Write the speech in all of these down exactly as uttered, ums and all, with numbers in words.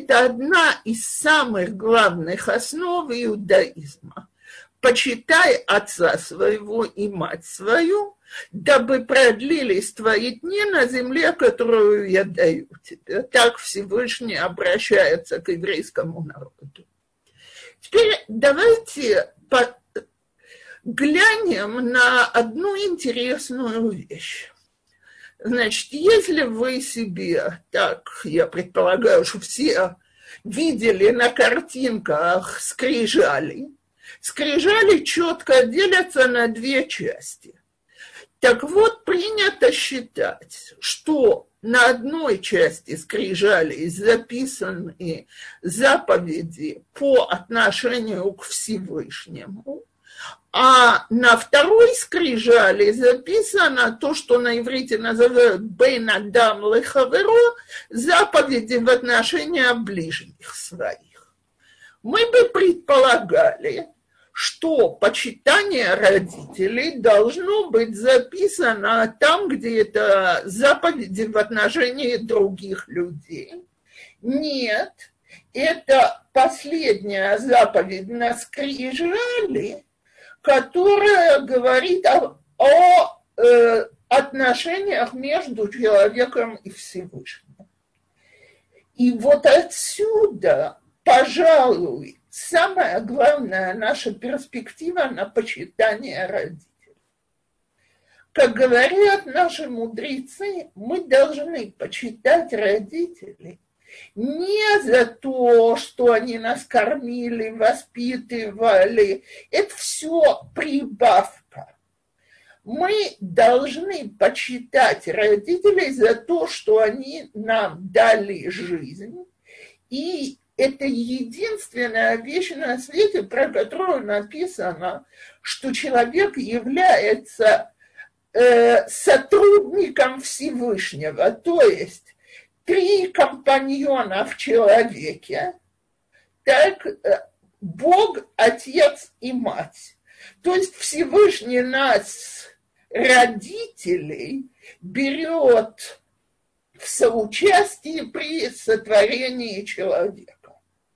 это одна из самых главных основ иудаизма. Почитай отца своего и мать свою, дабы продлились твои дни на земле, которую я даю тебе. Так Всевышний обращается к еврейскому народу. Теперь давайте по... глянем на одну интересную вещь. Значит, если вы себе, так, я предполагаю, что все видели на картинках скрижали, скрижали четко делятся на две части. Так вот, принято считать, что на одной части скрижали записаны заповеди по отношению к Всевышнему, а на второй скрижали записано то, что на иврите называют «бейн адам лехаверо», заповеди в отношении ближних своих. Мы бы предполагали, что почитание родителей должно быть записано там, где это заповеди в отношении других людей. Нет, это последняя заповедь на скрижали, которая говорит о, о э, отношениях между человеком и Всевышним. И вот отсюда, пожалуй, самая главная наша перспектива на почитание родителей. Как говорят наши мудрецы, мы должны почитать родителей не за то, что они нас кормили, воспитывали. Это все прибавка. Мы должны почитать родителей за то, что они нам дали жизнь. И это единственная вещь на свете, про которую написано, что человек является э, сотрудником Всевышнего, то есть три компаньона в человеке, так, Бог, Отец и Мать. То есть Всевышний нас, родителей, берет в соучастии при сотворении человека.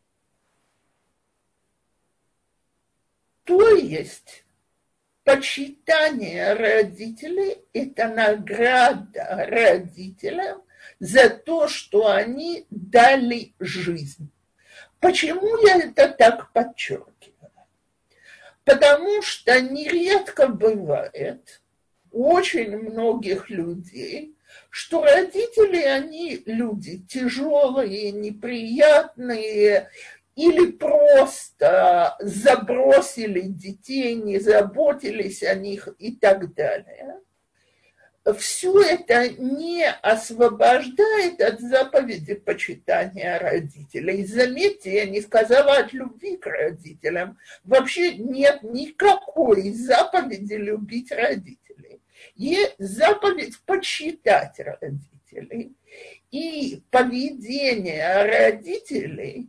То есть почитание родителей – это награда родителям за то, что они дали жизнь. Почему я это так подчеркиваю? Потому что нередко бывает у очень многих людей, что родители, они люди тяжелые, неприятные, или просто забросили детей, не заботились о них и так далее. Все это не освобождает от заповеди почитания родителей. Заметьте, я не сказала от любви к родителям. Вообще нет никакой заповеди любить родителей. Есть заповедь почитать родителей. И поведение родителей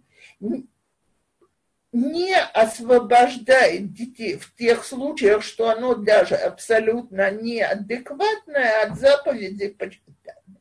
не освобождает детей в тех случаях, что оно даже абсолютно неадекватное от заповеди почитания.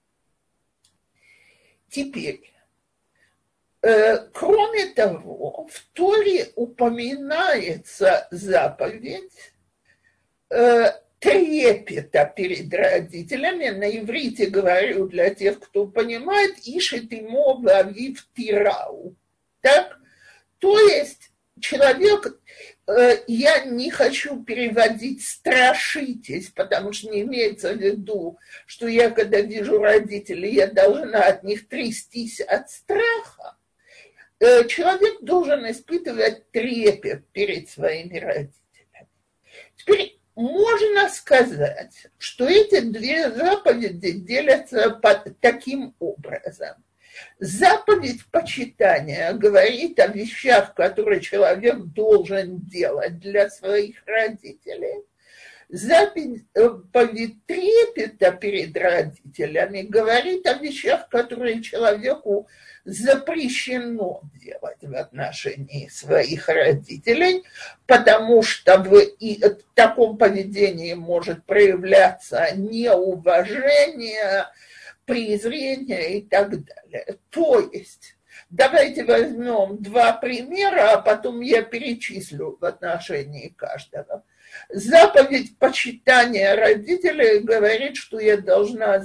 Теперь, э, кроме того, в Торе упоминается заповедь э, трепета перед родителями. На иврите говорю для тех, кто понимает, ишет имо вавив тирау. Так? То есть человек, э, я не хочу переводить «страшитесь», потому что не имеется в виду, что я, когда вижу родителей, я должна от них трястись от страха. Э, человек должен испытывать трепет перед своими родителями. Теперь можно сказать, что эти две заповеди делятся под таким образом. Заповедь почитания говорит о вещах, которые человек должен делать для своих родителей. Заповедь трепета перед родителями говорит о вещах, которые человеку запрещено делать в отношении своих родителей, потому что в, и в таком поведении может проявляться неуважение, презрение и так далее. То есть Давайте возьмем два примера, а потом я перечислю в отношении каждого. Заповедь почитания родителей говорит, что я должна...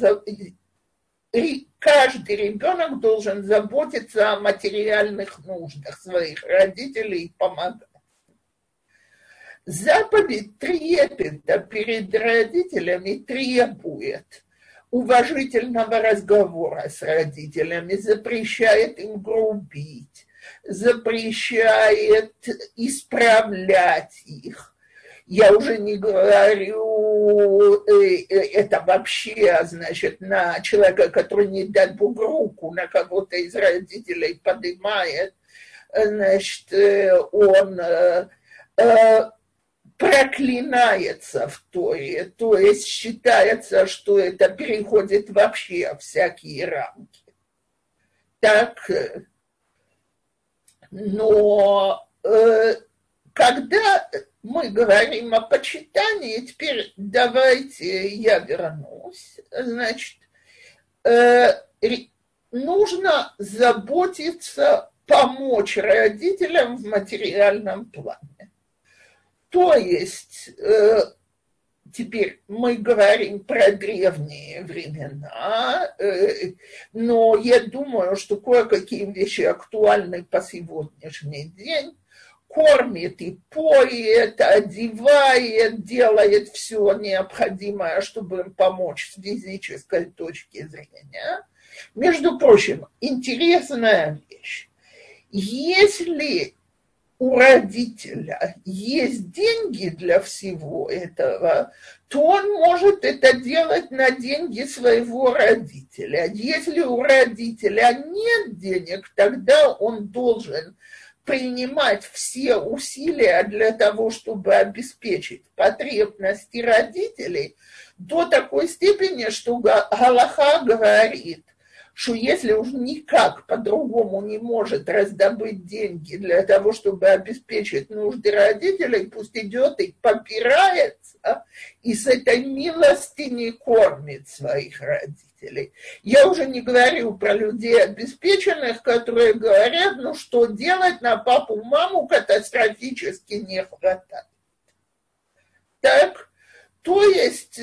Каждый ребенок должен заботиться о материальных нуждах своих родителей и помогать. Заповедь трепета перед родителями требует уважительного разговора с родителями, запрещает им грубить, запрещает исправлять их. Я уже не говорю, это вообще, значит, на человека, который, не дай Бог, руку на кого-то из родителей поднимает, значит, он проклинается в Торе, то есть считается, что это переходит вообще всякие рамки. Так, но когда мы говорим о почитании, теперь давайте я вернусь. Значит, э, нужно заботиться, помочь родителям в материальном плане. То есть, э, теперь мы говорим про древние времена, э, но я думаю, что кое-какие вещи актуальны по сегодняшний день. Кормит и поет, одевает, делает все необходимое, чтобы им помочь с физической точки зрения. Между прочим, интересная вещь. Если у родителя есть деньги для всего этого, то он может это делать на деньги своего родителя. Если у родителя нет денег, тогда он должен принимать все усилия для того, чтобы обеспечить потребности родителей до такой степени, что Галаха говорит, что если уж никак по-другому не может раздобыть деньги для того, чтобы обеспечить нужды родителей, пусть идет и попирается, и с этой милости не кормит своих родителей. Я уже не говорю про людей обеспеченных, которые говорят, ну что делать, на папу, маму катастрофически не хватает. Так, то есть,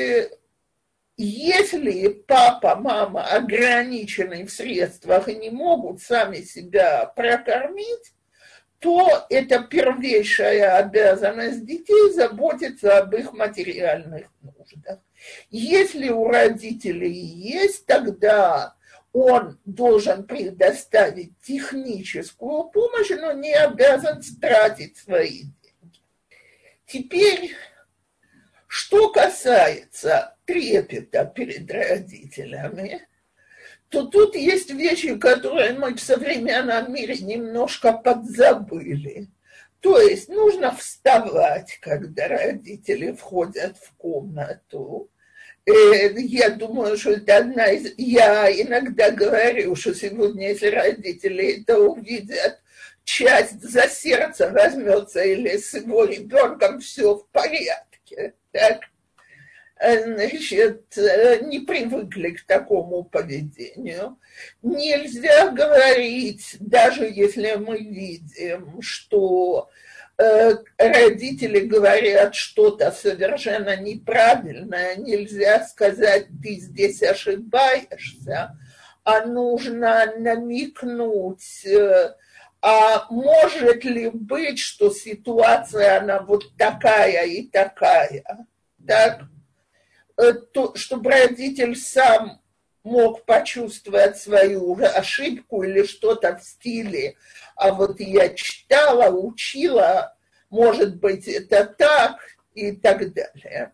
если папа, мама ограничены в средствах и не могут сами себя прокормить, то это первейшая обязанность детей заботиться об их материальных нуждах. Если у родителей есть, тогда он должен предоставить техническую помощь, но не обязан тратить свои деньги. Теперь, что касается трепета перед родителями, то тут есть вещи, которые мы в современном мире немножко подзабыли. То есть нужно вставать, когда родители входят в комнату. Я думаю, что это одна из... Я иногда говорю, что сегодня, если родители это увидят, часть за сердце возьмется или с его ребенком все в порядке. Так? Значит, не привыкли к такому поведению. Нельзя говорить, даже если мы видим, что родители говорят что-то совершенно неправильное, нельзя сказать, ты здесь ошибаешься, а нужно намекнуть, а может ли быть, что ситуация, она вот такая и такая, так, то, чтобы родитель сам мог почувствовать свою ошибку или что-то в стиле, а вот я читала, учила, может быть, это так и так далее.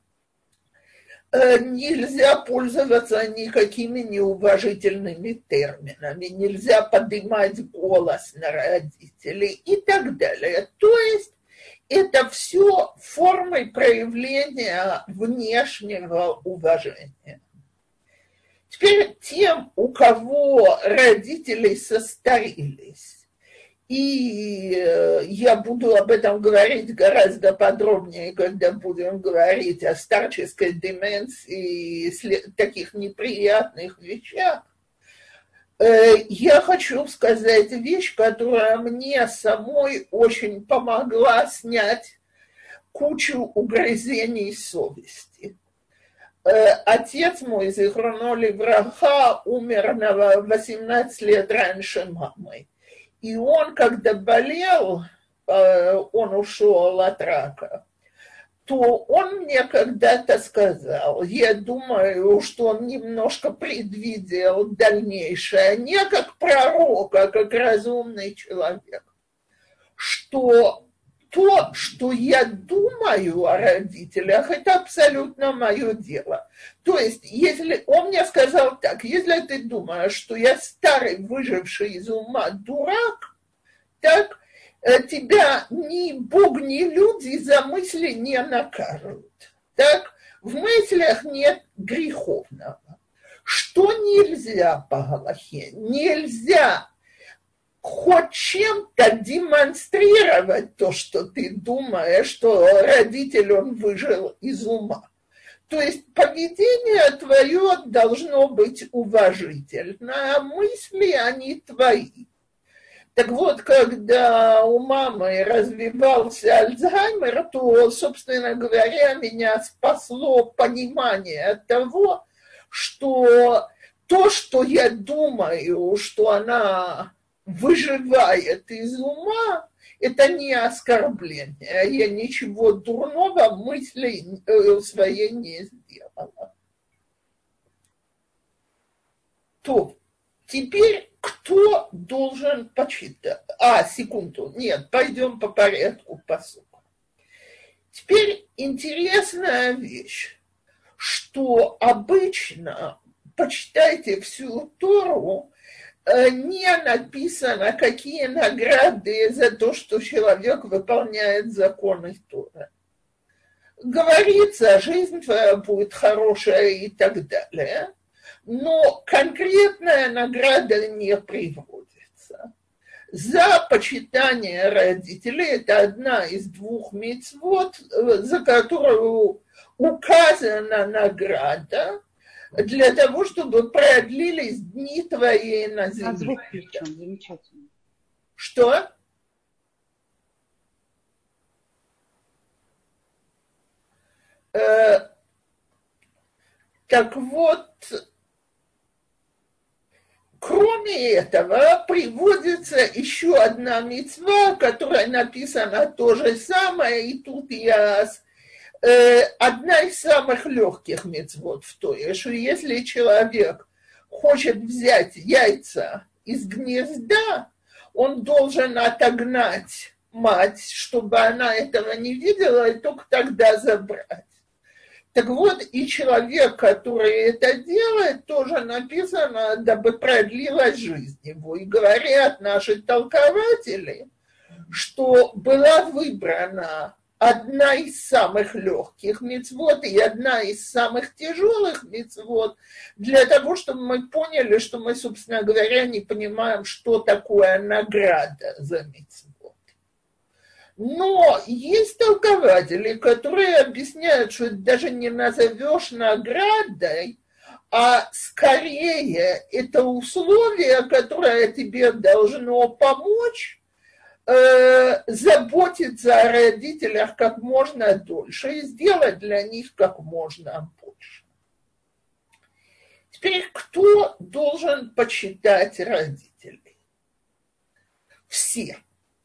Нельзя пользоваться никакими неуважительными терминами, нельзя поднимать голос на родителей и так далее. То есть это все формы проявления внешнего уважения. Теперь тем, у кого родители состарились, и я буду об этом говорить гораздо подробнее, когда будем говорить о старческой деменции и таких неприятных вещах, Я хочу сказать вещь, которая мне самой очень помогла снять кучу угрызений совести. Отец мой, зихроно левраха, умер на восемнадцать лет раньше мамы. И он, когда болел, он ушел от рака, то он мне когда-то сказал, я думаю, что он немножко предвидел дальнейшее, не как пророк, а как разумный человек, что то, что я думаю о родителях, это абсолютно мое дело. То есть, если он мне сказал так, если ты думаешь, что я старый, выживший из ума дурак, так тебя ни Бог, ни люди за мысли не накажут. Так, в мыслях нет греховного. Что нельзя по Галахе? Нельзя хоть чем-то демонстрировать то, что ты думаешь, что родитель, он выжил из ума. То есть поведение твое должно быть уважительное, а мысли, они твои. Так вот, когда у мамы развивался Альцгеймер, то, собственно говоря, меня спасло понимание того, что то, что я думаю, что она выживает из ума, это не оскорбление. Я ничего дурного мысли своей не сделала. То теперь кто должен почитать? А, секунду, нет, пойдем по порядку посука. Теперь интересная вещь, что обычно, почитайте всю Тору, не написано, какие награды за то, что человек выполняет законы Торы. Говорится, жизнь твоя будет хорошая и так далее, но конкретная награда не приводится. За почитание родителей это одна из двух мицвот, за которую указана награда, для того, чтобы продлились дни твоей на земле. А звук включен, замечательно. Что? Э, так вот, кроме этого, приводится еще одна мицва, которая написана то же самое, и тут я... Одна из самых легких мицвот в Торе, что если человек хочет взять яйца из гнезда, он должен отогнать мать, чтобы она этого не видела, и только тогда забрать. Так вот, и человек, который это делает, тоже написано, дабы продлилась жизнь его. И говорят наши толкователи, что была выбрана одна из самых легких мицвот и одна из самых тяжелых мицвот для того, чтобы мы поняли, что мы, собственно говоря, не понимаем, что такое награда за мицвот. Но есть толкователи, которые объясняют, что это даже не назовешь наградой, а скорее это условие, которое тебе должно помочь заботиться о родителях как можно дольше и сделать для них как можно больше. Теперь, кто должен почитать родителей? Все.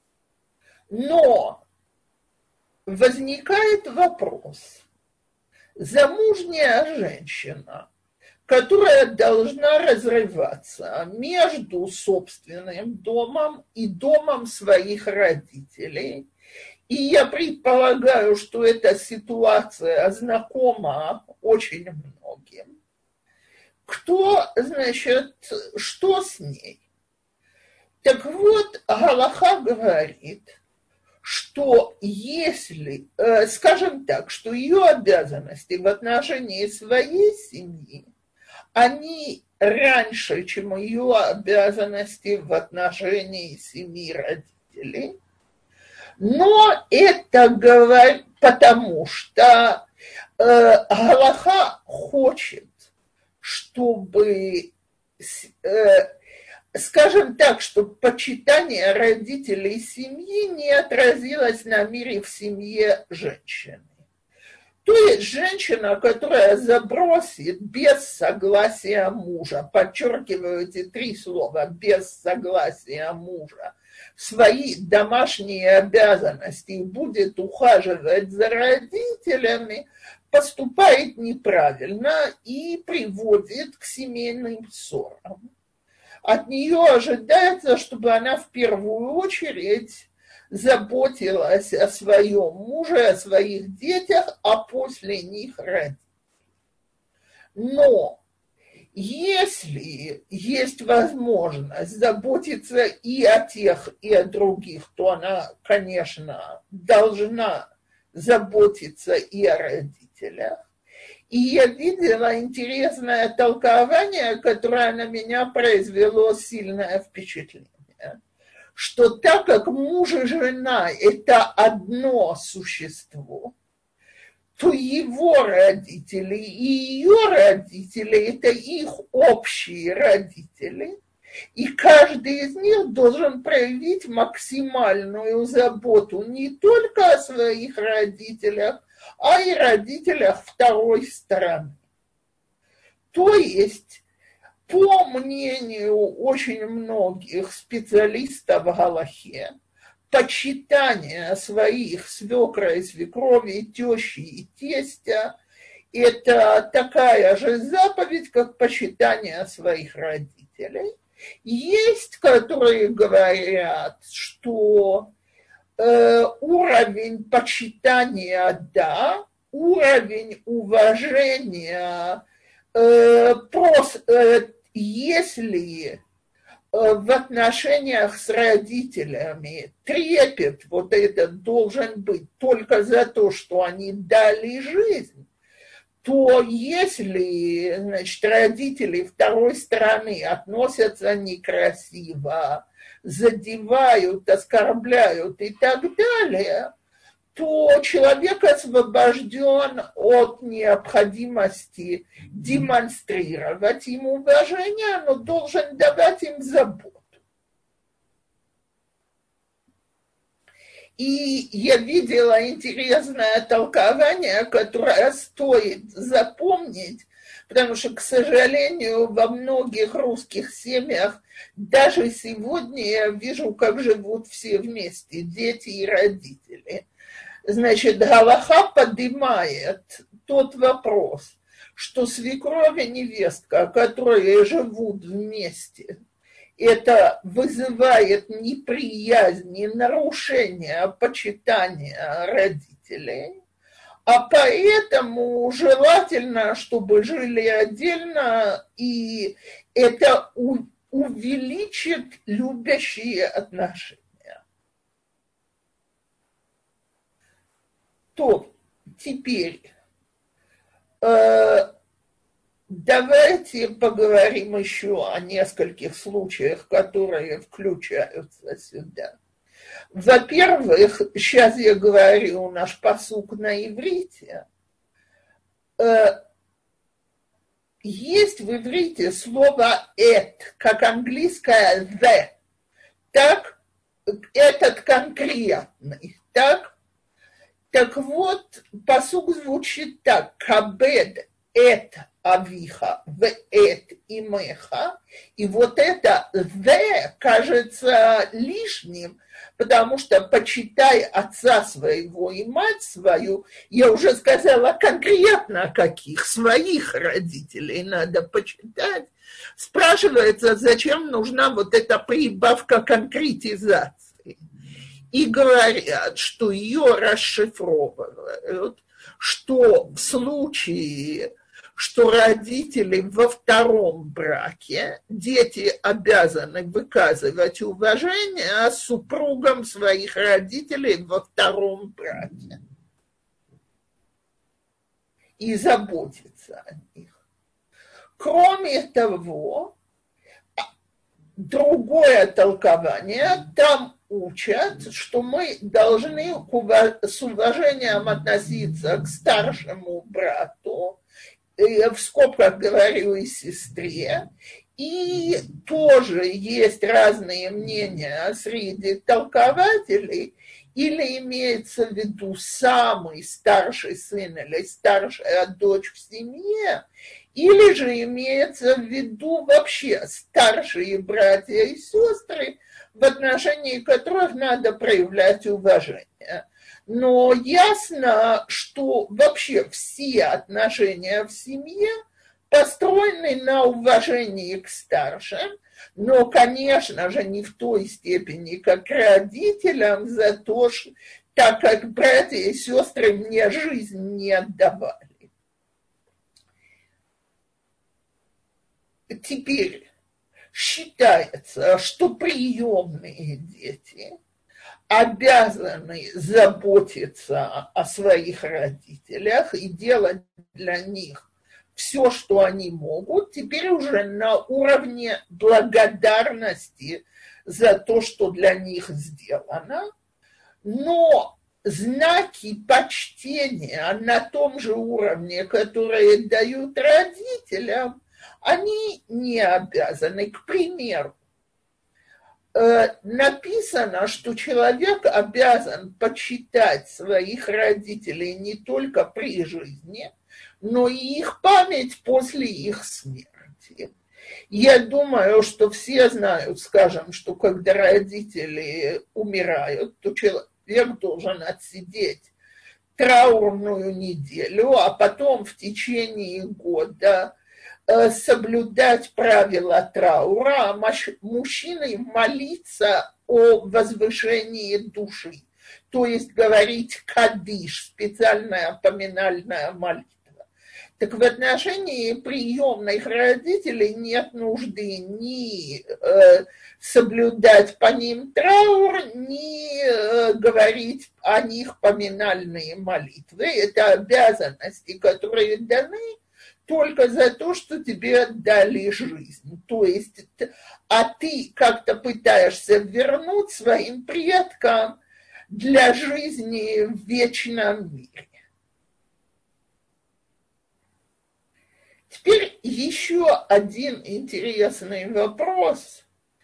Но возникает вопрос. Замужняя женщина, которая должна разрываться между собственным домом и домом своих родителей. И я предполагаю, что эта ситуация знакома очень многим. Кто, значит, что с ней? Так вот, Галаха говорит, что если, скажем так, что ее обязанности в отношении своей семьи, они раньше, чем ее обязанности в отношении семьи родителей. Но это говорит, потому что э, Галаха хочет, чтобы э, скажем так, что почитание родителей семьи не отразилось на мире в семье женщины. То есть женщина, которая забросит без согласия мужа, подчеркиваю эти три слова, без согласия мужа, свои домашние обязанности и будет ухаживать за родителями, поступает неправильно и приводит к семейным ссорам. От нее ожидается, чтобы она в первую очередь заботилась о своем муже, о своих детях, а после них родителей. Но если есть возможность заботиться и о тех, и о других, то она, конечно, должна заботиться и о родителях. И я видела интересное толкование, которое на меня произвело сильное впечатление. Что так как муж и жена – это одно существо, то его родители и ее родители – это их общие родители, и каждый из них должен проявить максимальную заботу не только о своих родителях, а и родителях второй стороны. То есть, по мнению очень многих специалистов в галахе, почитание своих свекра и свекрови, тещи и тестя – это такая же заповедь, как почитание своих родителей. Есть, которые говорят, что э, уровень почитания – да, уровень уважения э, прос, э, если в отношениях с родителями трепет вот этот должен быть только за то, что они дали жизнь, то если, значит, родители второй стороны относятся некрасиво, задевают, оскорбляют и так далее, то человек освобожден от необходимости демонстрировать им уважение, но должен давать им заботу. И я видела интересное толкование, которое стоит запомнить, потому что, к сожалению, во многих русских семьях даже сегодня я вижу, как живут все вместе, дети и родители. Значит, галаха поднимает тот вопрос, что свекровь и невестка, которые живут вместе, это вызывает неприязнь и нарушение почитания родителей, а поэтому желательно, чтобы жили отдельно, и это увеличит любящие отношения. То теперь э, давайте поговорим еще о нескольких случаях, которые включаются сюда. Во-первых, сейчас я говорю наш пасук на иврите. Э, есть в иврите слово «эт», как английское «the». Так, этот конкретный, так? Так вот, пасук звучит так: «Кабед эт авиха в эт имеха». И вот это «the» кажется лишним, потому что «почитай отца своего и мать свою», я уже сказала конкретно, каких своих родителей надо почитать. Спрашивается, зачем нужна вот эта прибавка конкретизации. И говорят, что ее расшифровывают, что в случае, что родители во втором браке, дети обязаны выказывать уважение супругам своих родителей во втором браке и заботиться о них. Кроме того, другое толкование, там учат, что мы должны с уважением относиться к старшему брату, в скобках говорю и сестре, И тоже есть разные мнения среди толкователей, или имеется в виду самый старший сын или старшая дочь в семье, или же имеется в виду вообще старшие братья и сестры, в отношении которых надо проявлять уважение. Но ясно, что вообще все отношения в семье построены на уважении к старшим, но, конечно же, не в той степени, как к родителям, за то, что, так как братья и сестры мне жизнь не отдавали. Теперь считается, что приемные дети обязаны заботиться о своих родителях и делать для них все, что они могут, теперь уже на уровне благодарности за то, что для них сделано, но знаки почтения на том же уровне, которые дают родителям, они не обязаны. К примеру, написано, что человек обязан почитать своих родителей не только при жизни, но и их память после их смерти. Я думаю, что все знают, скажем, что когда родители умирают, то человек должен отсидеть траурную неделю, а потом в течение года соблюдать правила траура, а мужчины молиться о возвышении души, то есть говорить кадиш, специальная поминальная молитва. Так в отношении приемных родителей нет нужды ни э, соблюдать по ним траур, ни э, говорить о них поминальные молитвы. Это обязанности, которые даны только за то, что тебе дали жизнь. То есть, а ты как-то пытаешься вернуть своим предкам для жизни в вечном мире. Теперь еще один интересный вопрос.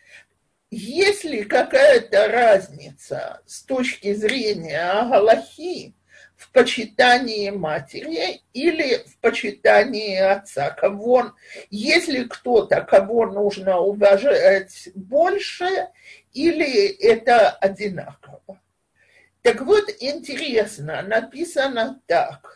Есть ли какая-то разница с точки зрения галахи в почитании матери или в почитании отца? Кого, если кто-то, кого нужно уважать больше, или это одинаково? Так вот, интересно, написано так,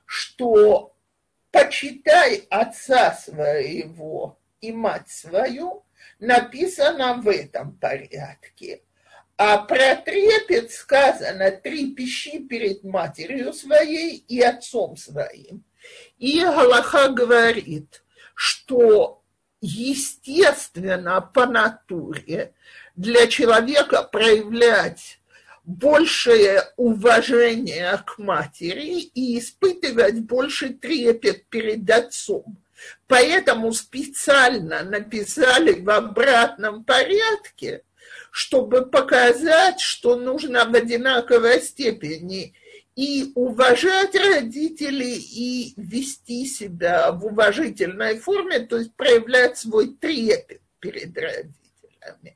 что почитай отца своего и мать свою, написано в этом порядке. А про трепет сказано: трепещи перед матерью своей и отцом своим. И галаха говорит, что естественно по натуре для человека проявлять большее уважение к матери и испытывать больше трепет перед отцом. Поэтому специально написали в обратном порядке, чтобы показать, что нужно в одинаковой степени и уважать родителей, и вести себя в уважительной форме, то есть проявлять свой трепет перед родителями.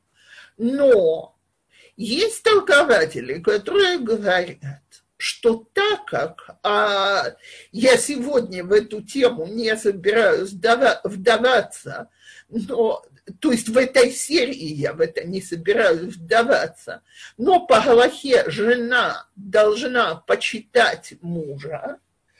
Но есть толкователи, которые говорят, что так как, а я сегодня в эту тему не собираюсь вдаваться, но, то есть в этой серии я в это не собираюсь вдаваться, но по галахе жена должна почитать мужа,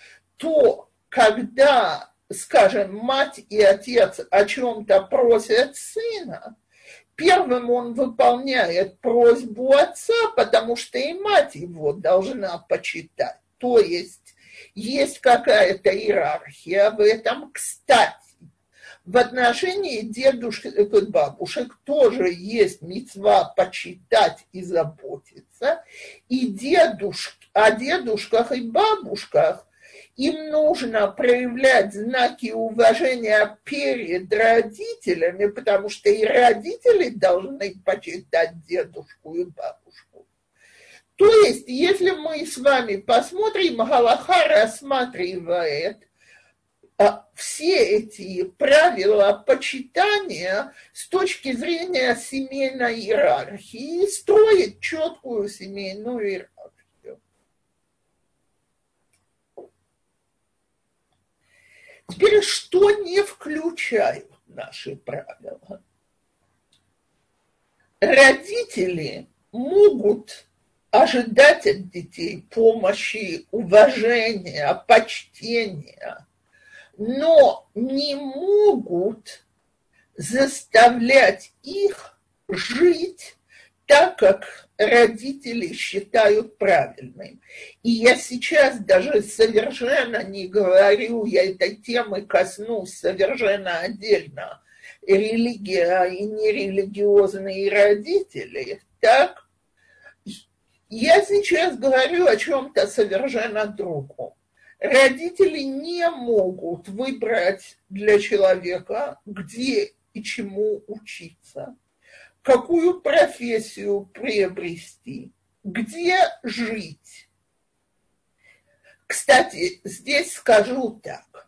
то когда, скажем, мать и отец о чем-то просят сына, первым он выполняет просьбу отца, потому что и мать его должна почитать. То есть есть какая-то иерархия в этом. Кстати, в отношении дедушек и бабушек тоже есть мицва почитать и заботиться. И дедушки, о дедушках и бабушках им нужно проявлять знаки уважения перед родителями, потому что и родители должны почитать дедушку и бабушку. То есть, если мы с вами посмотрим, галаха рассматривает а все эти правила почитания с точки зрения семейной иерархии, строить четкую семейную иерархию. Теперь, что не включают наши правила? Родители могут ожидать от детей помощи, уважения, почтения, но не могут заставлять их жить так, как родители считают правильным. И я сейчас даже совершенно не говорю, я этой темы коснусь совершенно отдельно, религия и нерелигиозные родители, так? Я сейчас говорю о чем-то совершенно другом. Родители не могут выбрать для человека, где и чему учиться, какую профессию приобрести, где жить. Кстати, здесь скажу так.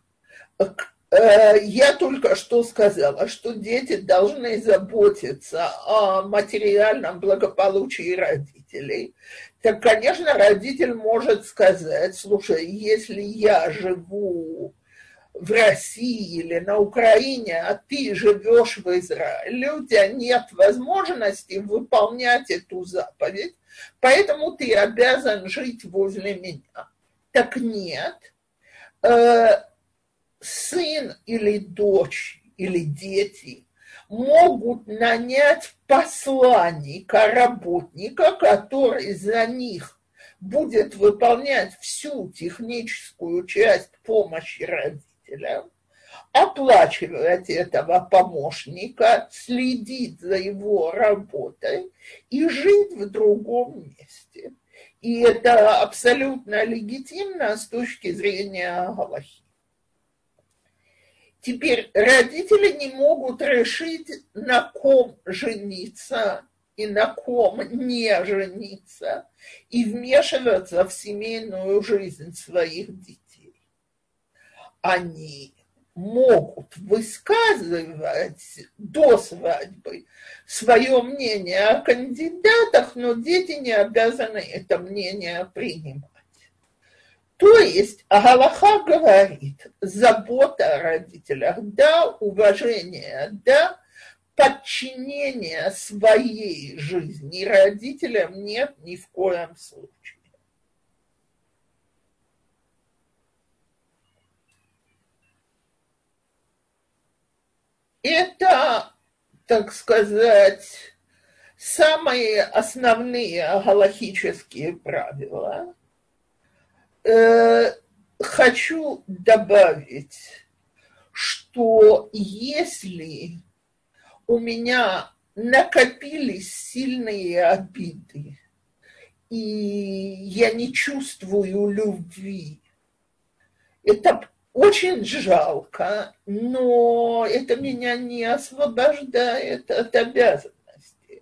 Я только что сказала, что дети должны заботиться о материальном благополучии родителей. Так, конечно, родитель может сказать: слушай, если я живу в России или на Украине, а ты живешь в Израиле, у тебя нет возможности выполнять эту заповедь, поэтому ты обязан жить возле меня. Так нет. Сын или дочь или дети могут нанять посланника, работника, который за них будет выполнять всю техническую часть помощи родителям, оплачивать этого помощника, следить за его работой и жить в другом месте. И это абсолютно легитимно с точки зрения галахи. Теперь родители не могут решить, на ком жениться и на ком не жениться, и вмешиваться в семейную жизнь своих детей. Они могут высказывать до свадьбы свое мнение о кандидатах, но дети не обязаны это мнение принимать. То есть галаха говорит: забота о родителях, да, уважение, да, подчинение своей жизни родителям нет ни в коем случае. Это, так сказать, самые основные галахические правила. Хочу добавить, что если у меня накопились сильные обиды, и я не чувствую любви, это очень жалко, но это меня не освобождает от обязанностей.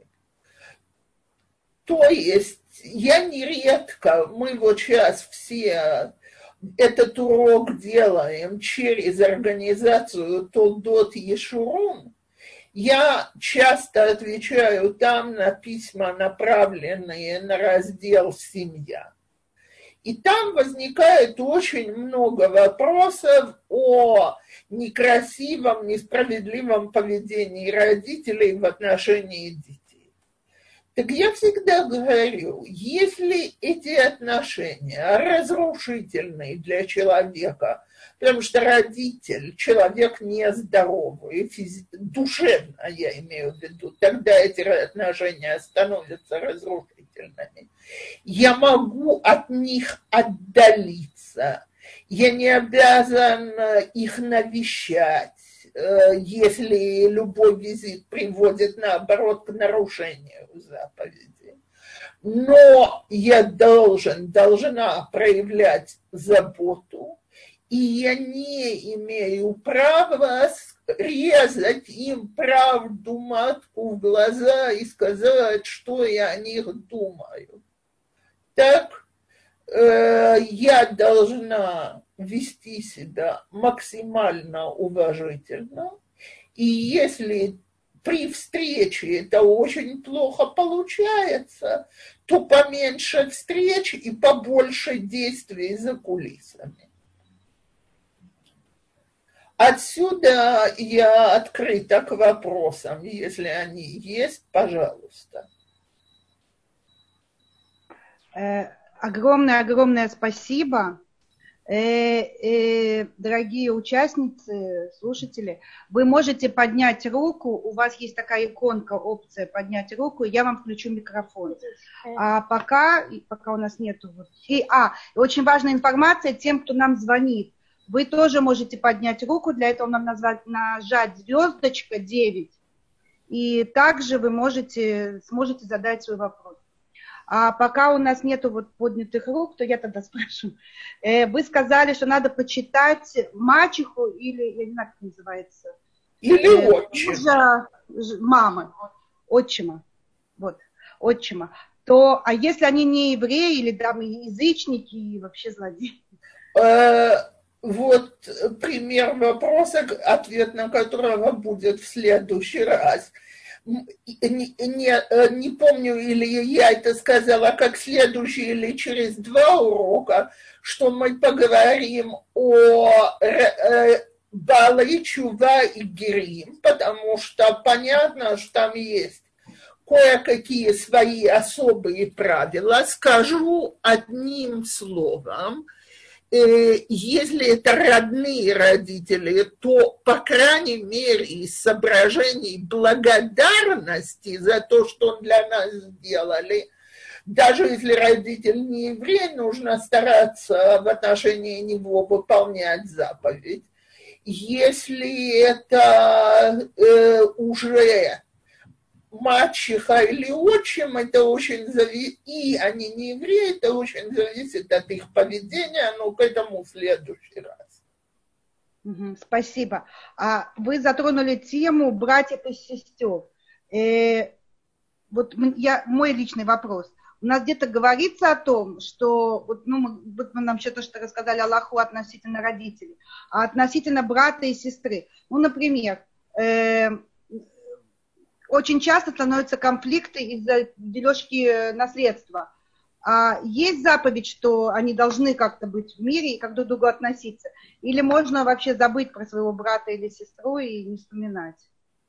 То есть я нередко, мы вот сейчас все этот урок делаем через организацию Толдот Ешурун, я часто отвечаю там на письма, направленные на раздел «Семья». И там возникает очень много вопросов о некрасивом, несправедливом поведении родителей в отношении детей. Так я всегда говорю, если эти отношения разрушительные для человека, потому что родитель, человек нездоровый, физи- душевно я имею в виду, тогда эти отношения становятся разрушительными, я могу от них отдалиться, я не обязан их навещать, если любой визит приводит, наоборот, к нарушению заповеди. Но я должен, должна проявлять заботу, и я не имею права резать им правду матку в глаза и сказать, что я о них думаю. Так, э, я должна вести себя максимально уважительно, и если при встрече это очень плохо получается, то поменьше встреч и побольше действий за кулисами. Отсюда я открыта к вопросам, если они есть, пожалуйста. Огромное-огромное спасибо. Э, э, дорогие участницы, слушатели, вы можете поднять руку, у вас есть такая иконка, опция поднять руку, и я вам включу микрофон. А пока, пока у нас нету... И, а, очень важная информация тем, кто нам звонит. Вы тоже можете поднять руку, для этого нам назвать, нажать звездочка девять, и также вы можете, сможете задать свой вопрос. А пока у нас нету вот поднятых рук, то я тогда спрашиваю. Э, вы сказали, что надо почитать мачеху или, я не знаю, как называется. Или э, отчима. Мужа, мамы, отчима. Вот, отчима. То, а если они не евреи или там язычники и вообще злодеи? Э, вот пример вопроса, ответ на которого будет в следующий раз. Не, не, не помню, или я это сказала как следующий, или через два урока, что мы поговорим о э, Баалей Тшува и Герим, потому что понятно, что там есть кое-какие свои особые правила. Скажу одним словом. Если это родные родители, то, по крайней мере, из соображений благодарности за то, что для нас сделали, даже если родитель не еврей, нужно стараться в отношении него выполнять заповедь. Если это э, уже мачеха или отчим, это очень зависит, и они не евреи, это очень зависит от их поведения, но к этому в следующий раз. Угу, спасибо. А вы затронули тему братьев и сестер. Э, вот я, мой личный вопрос. У нас где-то говорится о том, что, вот, ну, мы, вот вы нам что-то что рассказали Аллаху относительно родителей, а относительно брата и сестры. Ну, например, э, очень часто становятся конфликты из-за дележки наследства. А есть заповедь, что они должны как-то быть в мире и как друг к другу относиться? Или можно вообще забыть про своего брата или сестру и не вспоминать?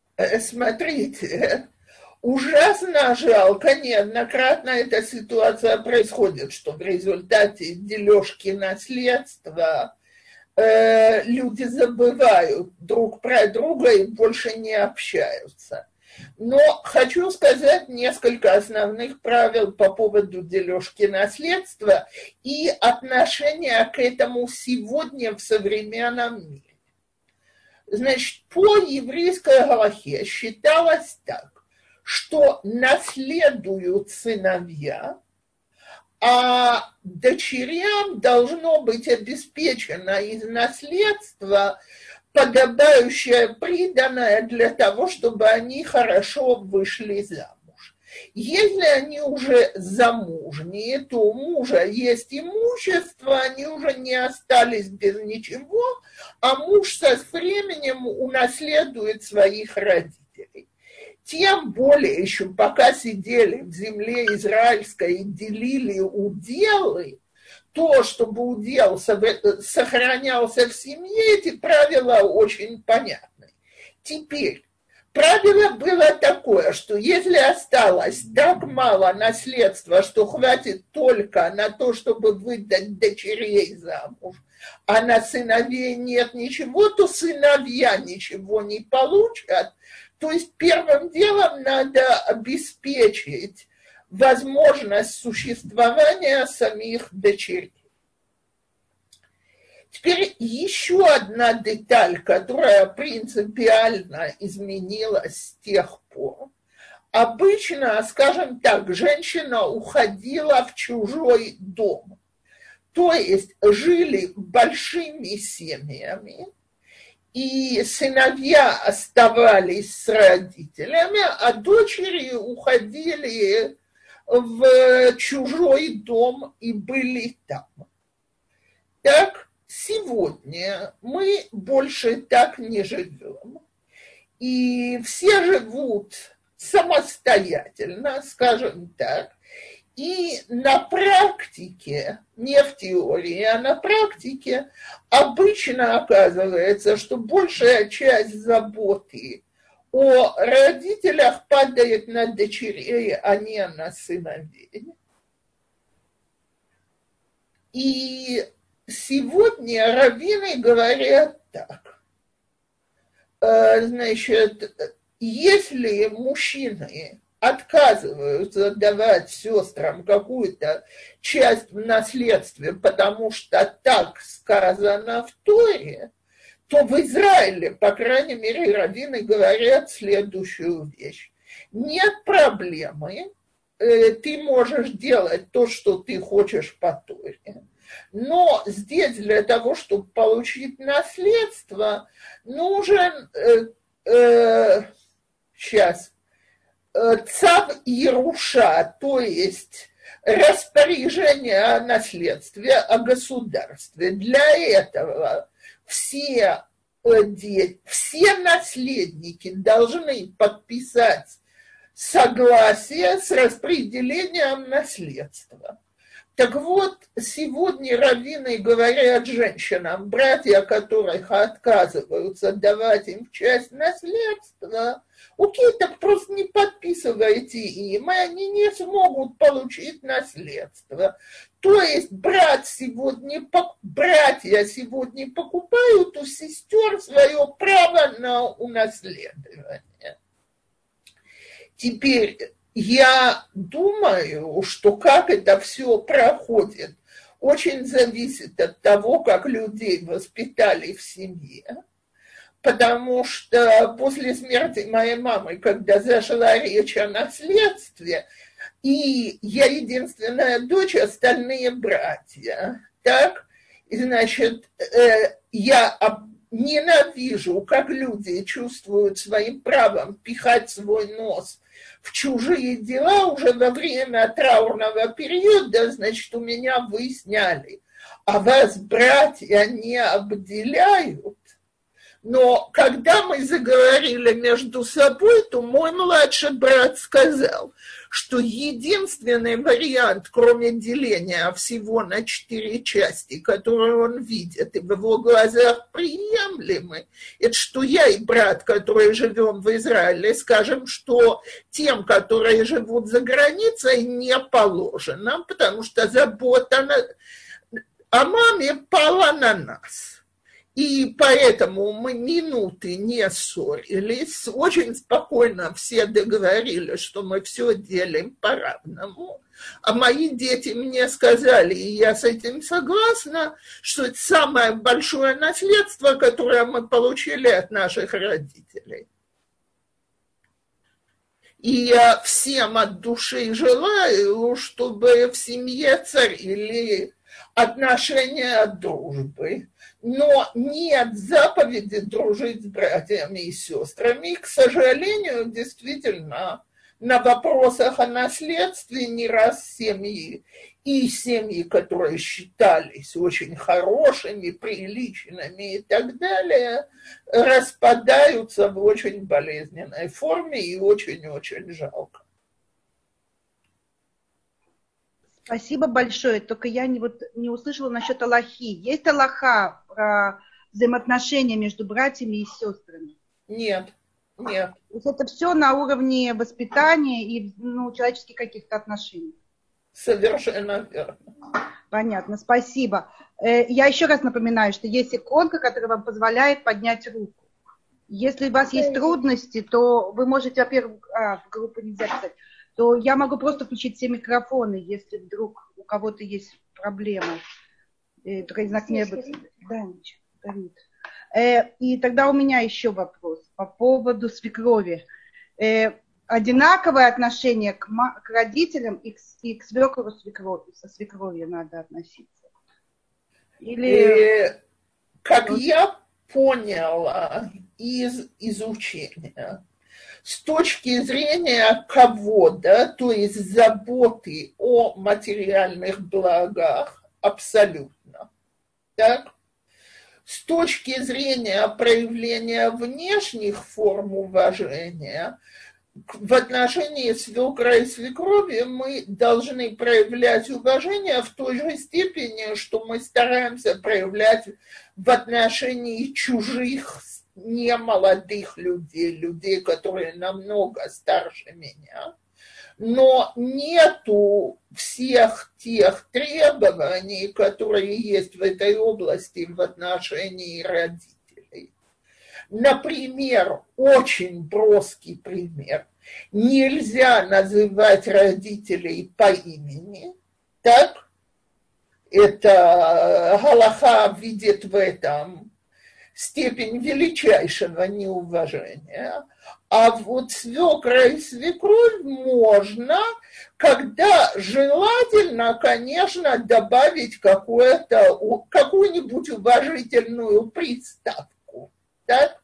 Смотрите, ужасно жалко, неоднократно эта ситуация происходит, что в результате дележки наследства э, люди забывают друг про друга и больше не общаются. Но хочу сказать несколько основных правил по поводу дележки наследства и отношения к этому сегодня в современном мире. Значит, по еврейской галахе считалось так, что наследуют сыновья, а дочерям должно быть обеспечено из наследства подобающее приданое для того, чтобы они хорошо вышли замуж. Если они уже замужние, то у мужа есть имущество, они уже не остались без ничего, а муж со временем унаследует своих родителей. Тем более еще пока сидели в земле израильской и делили уделы, то, чтобы удел сохранялся в семье, эти правила очень понятны. Теперь, правило было такое, что если осталось так мало наследства, что хватит только на то, чтобы выдать дочерей замуж, а на сыновей нет ничего, то сыновья ничего не получат. То есть первым делом надо обеспечить возможность существования самих дочерей. Теперь еще одна деталь, которая принципиально изменилась с тех пор. Обычно, скажем так, женщина уходила в чужой дом, то есть жили большими семьями, и сыновья оставались с родителями, а дочери уходили в чужой дом и были там. Так, сегодня мы больше так не живем. И все живут самостоятельно, скажем так. И на практике, не в теории, а на практике обычно оказывается, что большая часть заботы о родителях падает на дочерей, а не на сыновей. И сегодня раввины говорят так. Значит, если мужчины отказываются давать сестрам какую-то часть в наследстве, потому что так сказано в Торе, то в Израиле, по крайней мере, раввины говорят следующую вещь. Нет проблемы, ты можешь делать то, что ты хочешь по Торе, но здесь для того, чтобы получить наследство, нужен, э, э, сейчас, цав Еруша, то есть распоряжение о наследстве, о государстве. Для этого все, все наследники должны подписать согласие с распределением наследства. Так вот, сегодня раввины говорят женщинам, братья которых отказываются давать им часть наследства, окей, так просто не подписывайте им, и они не смогут получить наследство. То есть брат сегодня, братья сегодня покупают у сестер свое право на унаследование. Теперь я думаю, что как это все проходит, очень зависит от того, как людей воспитали в семье. Потому что после смерти моей мамы, когда зашла речь о наследстве, и я единственная дочь, остальные братья, так, и, значит, я ненавижу, как люди чувствуют своим правом пихать свой нос в чужие дела уже во время траурного периода, значит, у меня выясняли, а вас братья не обделяют. Но когда мы заговорили между собой, то мой младший брат сказал, что единственный вариант, кроме деления всего на четыре части, которые он видит и в его глазах приемлемы, это что я и брат, которые живем в Израиле, скажем, что тем, которые живут за границей, не положено, потому что забота о маме пала на нас. И поэтому мы минуты не ссорились, очень спокойно все договорились, что мы все делим по-равному. А мои дети мне сказали, и я с этим согласна, что это самое большое наследство, которое мы получили от наших родителей. И я всем от души желаю, чтобы в семье царили отношения дружбы. Но нет заповеди дружить с братьями и сестрами. И, к сожалению, действительно, на вопросах о наследстве не раз семьи, и семьи, которые считались очень хорошими, приличными и так далее, распадаются в очень болезненной форме и очень-очень жалко. Спасибо большое. Только я не, вот, не услышала насчет алахи. Есть алаха про взаимоотношения между братьями и сестрами? Нет, нет. То есть это все на уровне воспитания и ну, человеческих каких-то отношений? Совершенно верно. Понятно, спасибо. Я еще раз напоминаю, что есть иконка, которая вам позволяет поднять руку. Если у вас есть трудности, то вы можете, во-первых, а, в группу нельзя писать, то я могу просто включить все микрофоны, если вдруг у кого-то есть проблемы. И, только знак неба. Да, ничего, Давид. Э, и тогда у меня еще вопрос по поводу свекрови. Э, одинаковое отношение к, к родителям и к, и к свекрову свекрови, со свекровью надо относиться? Или... И, как я поняла из изучения, с точки зрения кого-то, то есть заботы о материальных благах, абсолютно. Так? С точки зрения проявления внешних форм уважения, в отношении свекра и свекрови мы должны проявлять уважение в той же степени, что мы стараемся проявлять в отношении чужих немолодых людей, людей, которые намного старше меня. Но нету всех тех требований, которые есть в этой области в отношении родителей. Например, очень броский пример. Нельзя называть родителей по имени, так? Это галаха видит в этом степень величайшего неуважения. А вот свекра и свекровь можно, когда желательно, конечно, добавить какую-то, какую-нибудь уважительную приставку. Так?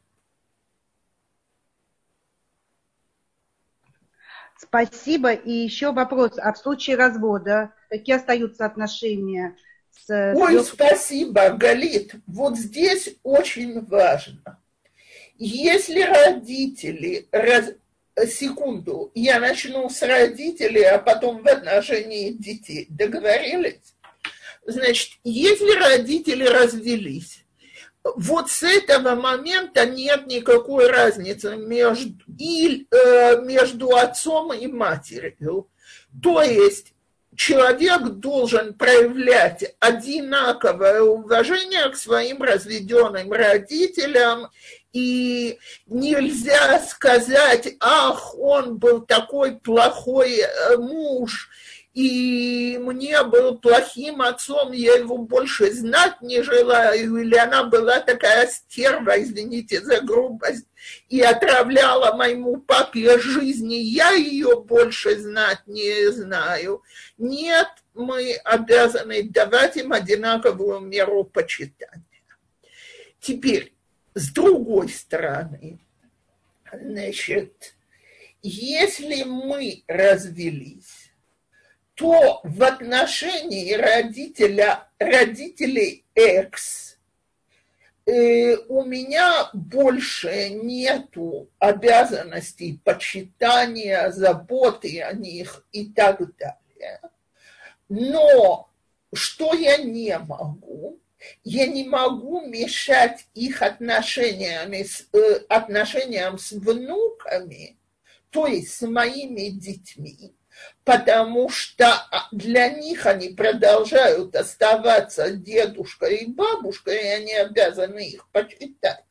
Спасибо. И еще вопрос. А в случае развода какие остаются отношения с... Ой, спасибо, Галит. Вот здесь очень важно. Если родители... Раз... Секунду, я начну с родителей, а потом в отношении детей. Договорились? Значит, если родители развелись, вот с этого момента нет никакой разницы между, и, э, между отцом и матерью. То есть человек должен проявлять одинаковое уважение к своим разведенным родителям, и нельзя сказать: ах, он был такой плохой муж, и мне был плохим отцом, я его больше знать не желаю, или она была такая стерва, извините за грубость, и отравляла моему папе жизни, я ее больше знать не знаю. Нет, мы обязаны давать им одинаковую меру почитания. Теперь, с другой стороны, значит, если мы развелись, то в отношении родителя, родителей экс э, у меня больше нету обязанностей почитания, заботы о них и так далее. Но что я не могу? Я не могу мешать их отношениями с, э, отношениям с внуками, то есть с моими детьми, потому что для них они продолжают оставаться дедушкой и бабушкой, и они обязаны их почитать.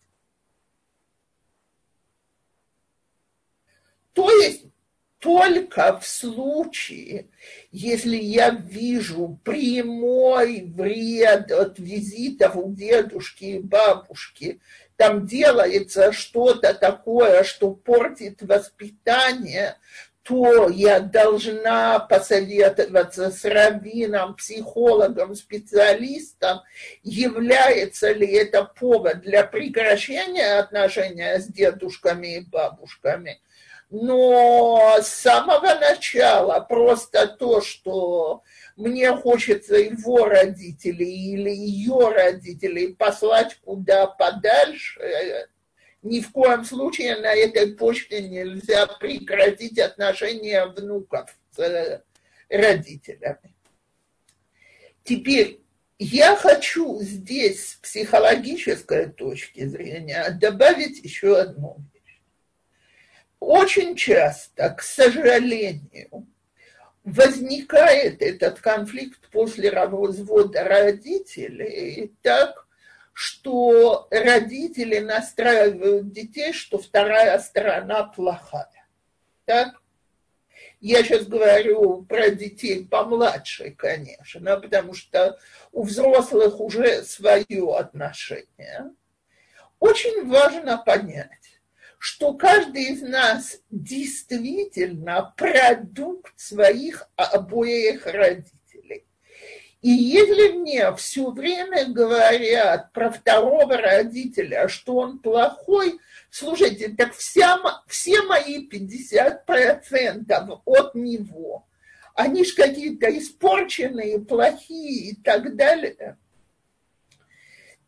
То есть только в случае, если я вижу прямой вред от визитов у дедушки и бабушки, там делается что-то такое, что портит воспитание, то я должна посоветоваться с раввином, психологом, специалистом, является ли это повод для прекращения отношения с дедушками и бабушками. Но с самого начала просто то, что мне хочется его родителей или ее родителей послать куда подальше, ни в коем случае на этой почте нельзя прекратить отношения внуков с родителями. Теперь я хочу здесь с психологической точки зрения добавить еще одну вещь. Очень часто, к сожалению, возникает этот конфликт после развода родителей так, что родители настраивают детей, что вторая сторона плохая. Так? Я сейчас говорю про детей помладше, конечно, потому что у взрослых уже свое отношение. Очень важно понять, что каждый из нас действительно продукт своих обоих родителей. И если мне все время говорят про второго родителя, что он плохой, слушайте, так вся, все мои пятьдесят процентов от него, они ж какие-то испорченные, плохие и так далее.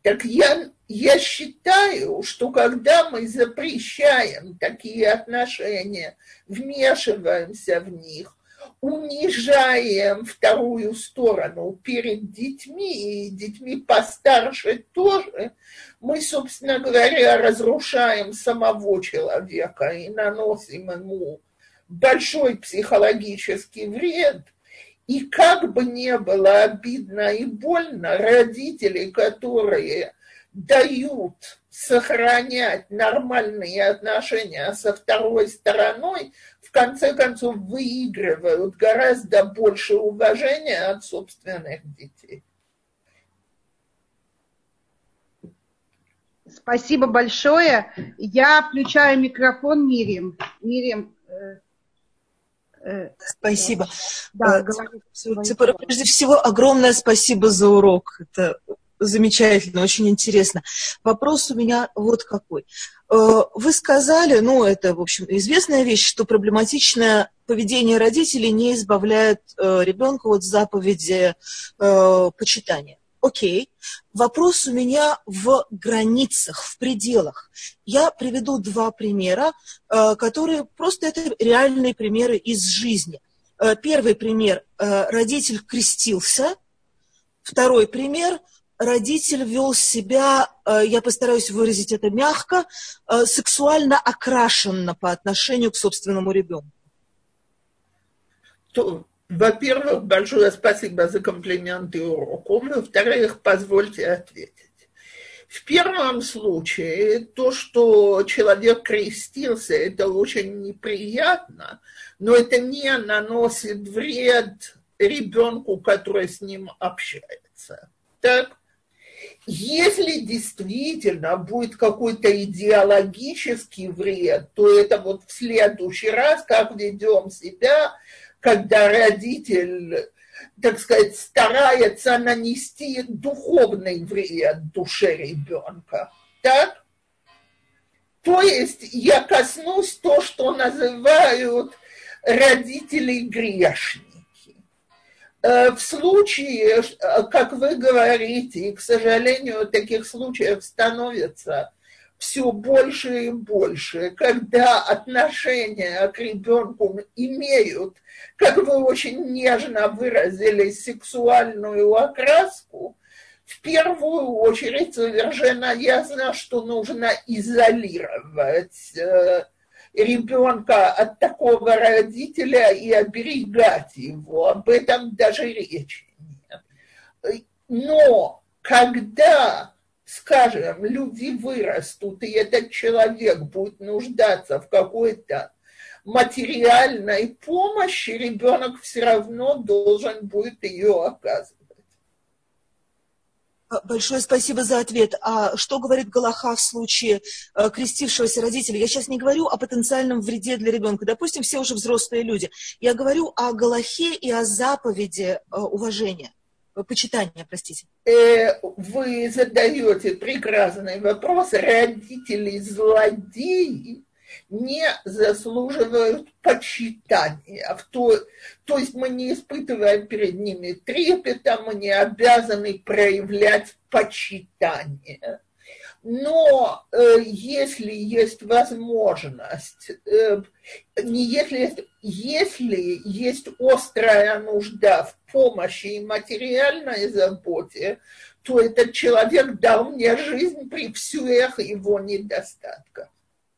Так я, я считаю, что когда мы запрещаем такие отношения, вмешиваемся в них, унижаем вторую сторону перед детьми, и детьми постарше тоже, мы, собственно говоря, разрушаем самого человека и наносим ему большой психологический вред. И как бы не было обидно и больно, родители, которые дают сохранять нормальные отношения со второй стороной, в конце концов выигрывают гораздо больше уважения от собственных детей. Спасибо большое. Я включаю микрофон Мирим. Мирим. Спасибо. Да, прежде всего, огромное спасибо за урок. Это замечательно, очень интересно. Вопрос у меня вот какой. Вы сказали, ну, это, в общем, известная вещь, что проблематичное поведение родителей не избавляет ребенка от заповеди почитания. Окей. Вопрос у меня в границах, в пределах. Я приведу два примера, которые просто это реальные примеры из жизни. Первый пример. Родитель крестился. Второй пример. Родитель вел себя, я постараюсь выразить это мягко, сексуально окрашенно по отношению к собственному ребенку. Во-первых, большое спасибо за комплименты уроку. Во-вторых, позвольте ответить. В первом случае, то, что человек крестился, это очень неприятно, но это не наносит вред ребенку, который с ним общается. Так? Если действительно будет какой-то идеологический вред, то это вот в следующий раз, как ведем себя, когда родитель, так сказать, старается нанести духовный вред душе ребенка. Так? То есть я коснусь то, что называют родителей грешники. В случае, как вы говорите, и, к сожалению, таких случаев становится все больше и больше, когда отношения к ребенку имеют, как вы очень нежно выразились, сексуальную окраску, в первую очередь совершенно ясно, что нужно изолировать ребенка от такого родителя и оберегать его. Об этом даже речи нет. Но когда, скажем, люди вырастут, и этот человек будет нуждаться в какой-то материальной помощи, ребенок все равно должен будет ее оказывать. Большое спасибо за ответ. А что говорит Галаха в случае э, крестившегося родителя? Я сейчас не говорю о потенциальном вреде для ребенка. Допустим, все уже взрослые люди. Я говорю о Галахе и о заповеди э, уважения, э, почитания, простите. Э, вы задаете прекрасный вопрос. Родители злодеи не заслуживают почитания. То, то есть мы не испытываем перед ними трепета, мы не обязаны проявлять почитание. Но э, если есть возможность, э, не если, если есть острая нужда в помощи и материальной заботе, то этот человек дал мне жизнь при всех его недостатках.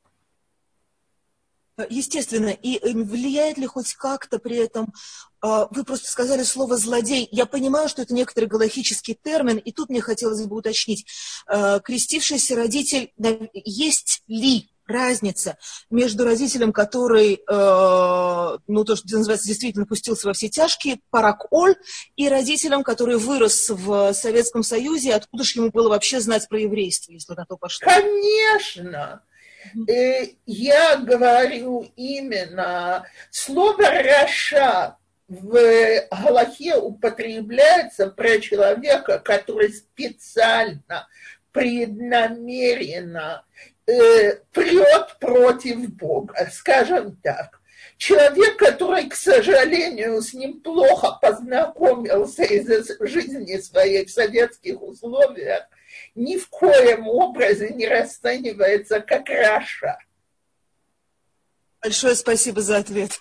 Естественно, и влияет ли хоть как-то при этом, вы просто сказали слово «злодей», я понимаю, что это некоторый галахический термин, и тут мне хотелось бы уточнить, крестившийся родитель, есть ли разница между родителем, который, ну, то, что называется, действительно пустился во все тяжкие, парак-оль, и родителем, который вырос в Советском Союзе, откуда же ему было вообще знать про еврейство, если на то пошло? Конечно! Я говорю именно, слово «раша» в галахе употребляется про человека, который специально, преднамеренно э, прет против Бога, скажем так. Человек, который, к сожалению, с ним плохо познакомился из-за жизни своей в советских условиях, ни в коем образе не расценивается как раша. Большое спасибо за ответ.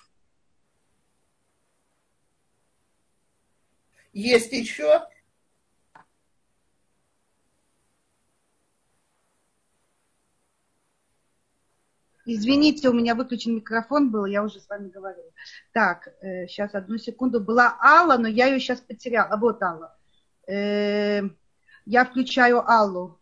Есть еще? Извините, у меня выключен микрофон был, я уже с вами говорила. Так, э, сейчас одну секунду. Была Алла, но я ее сейчас потеряла. А вот Алла. Э, я включаю Аллу.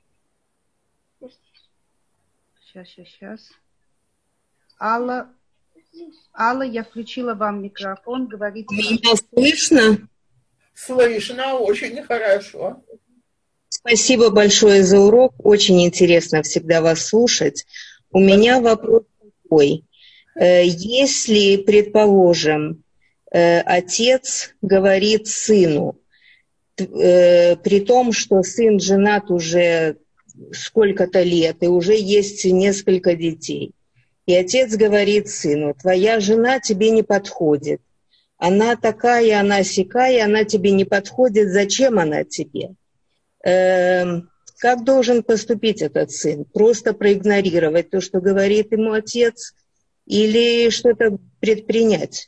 Сейчас, сейчас, сейчас. Алла, Алла, я включила вам микрофон, говорите. Меня слышно? Слышно, очень хорошо. Спасибо большое за урок. Очень интересно всегда вас слушать. У меня вопрос такой. Если, предположим, отец говорит сыну, при том, что сын женат уже сколько-то лет, и уже есть несколько детей, и отец говорит сыну: твоя жена тебе не подходит, она такая, она сякая, она тебе не подходит, зачем она тебе? Как должен поступить этот сын? Просто проигнорировать то, что говорит ему отец, или что-то предпринять?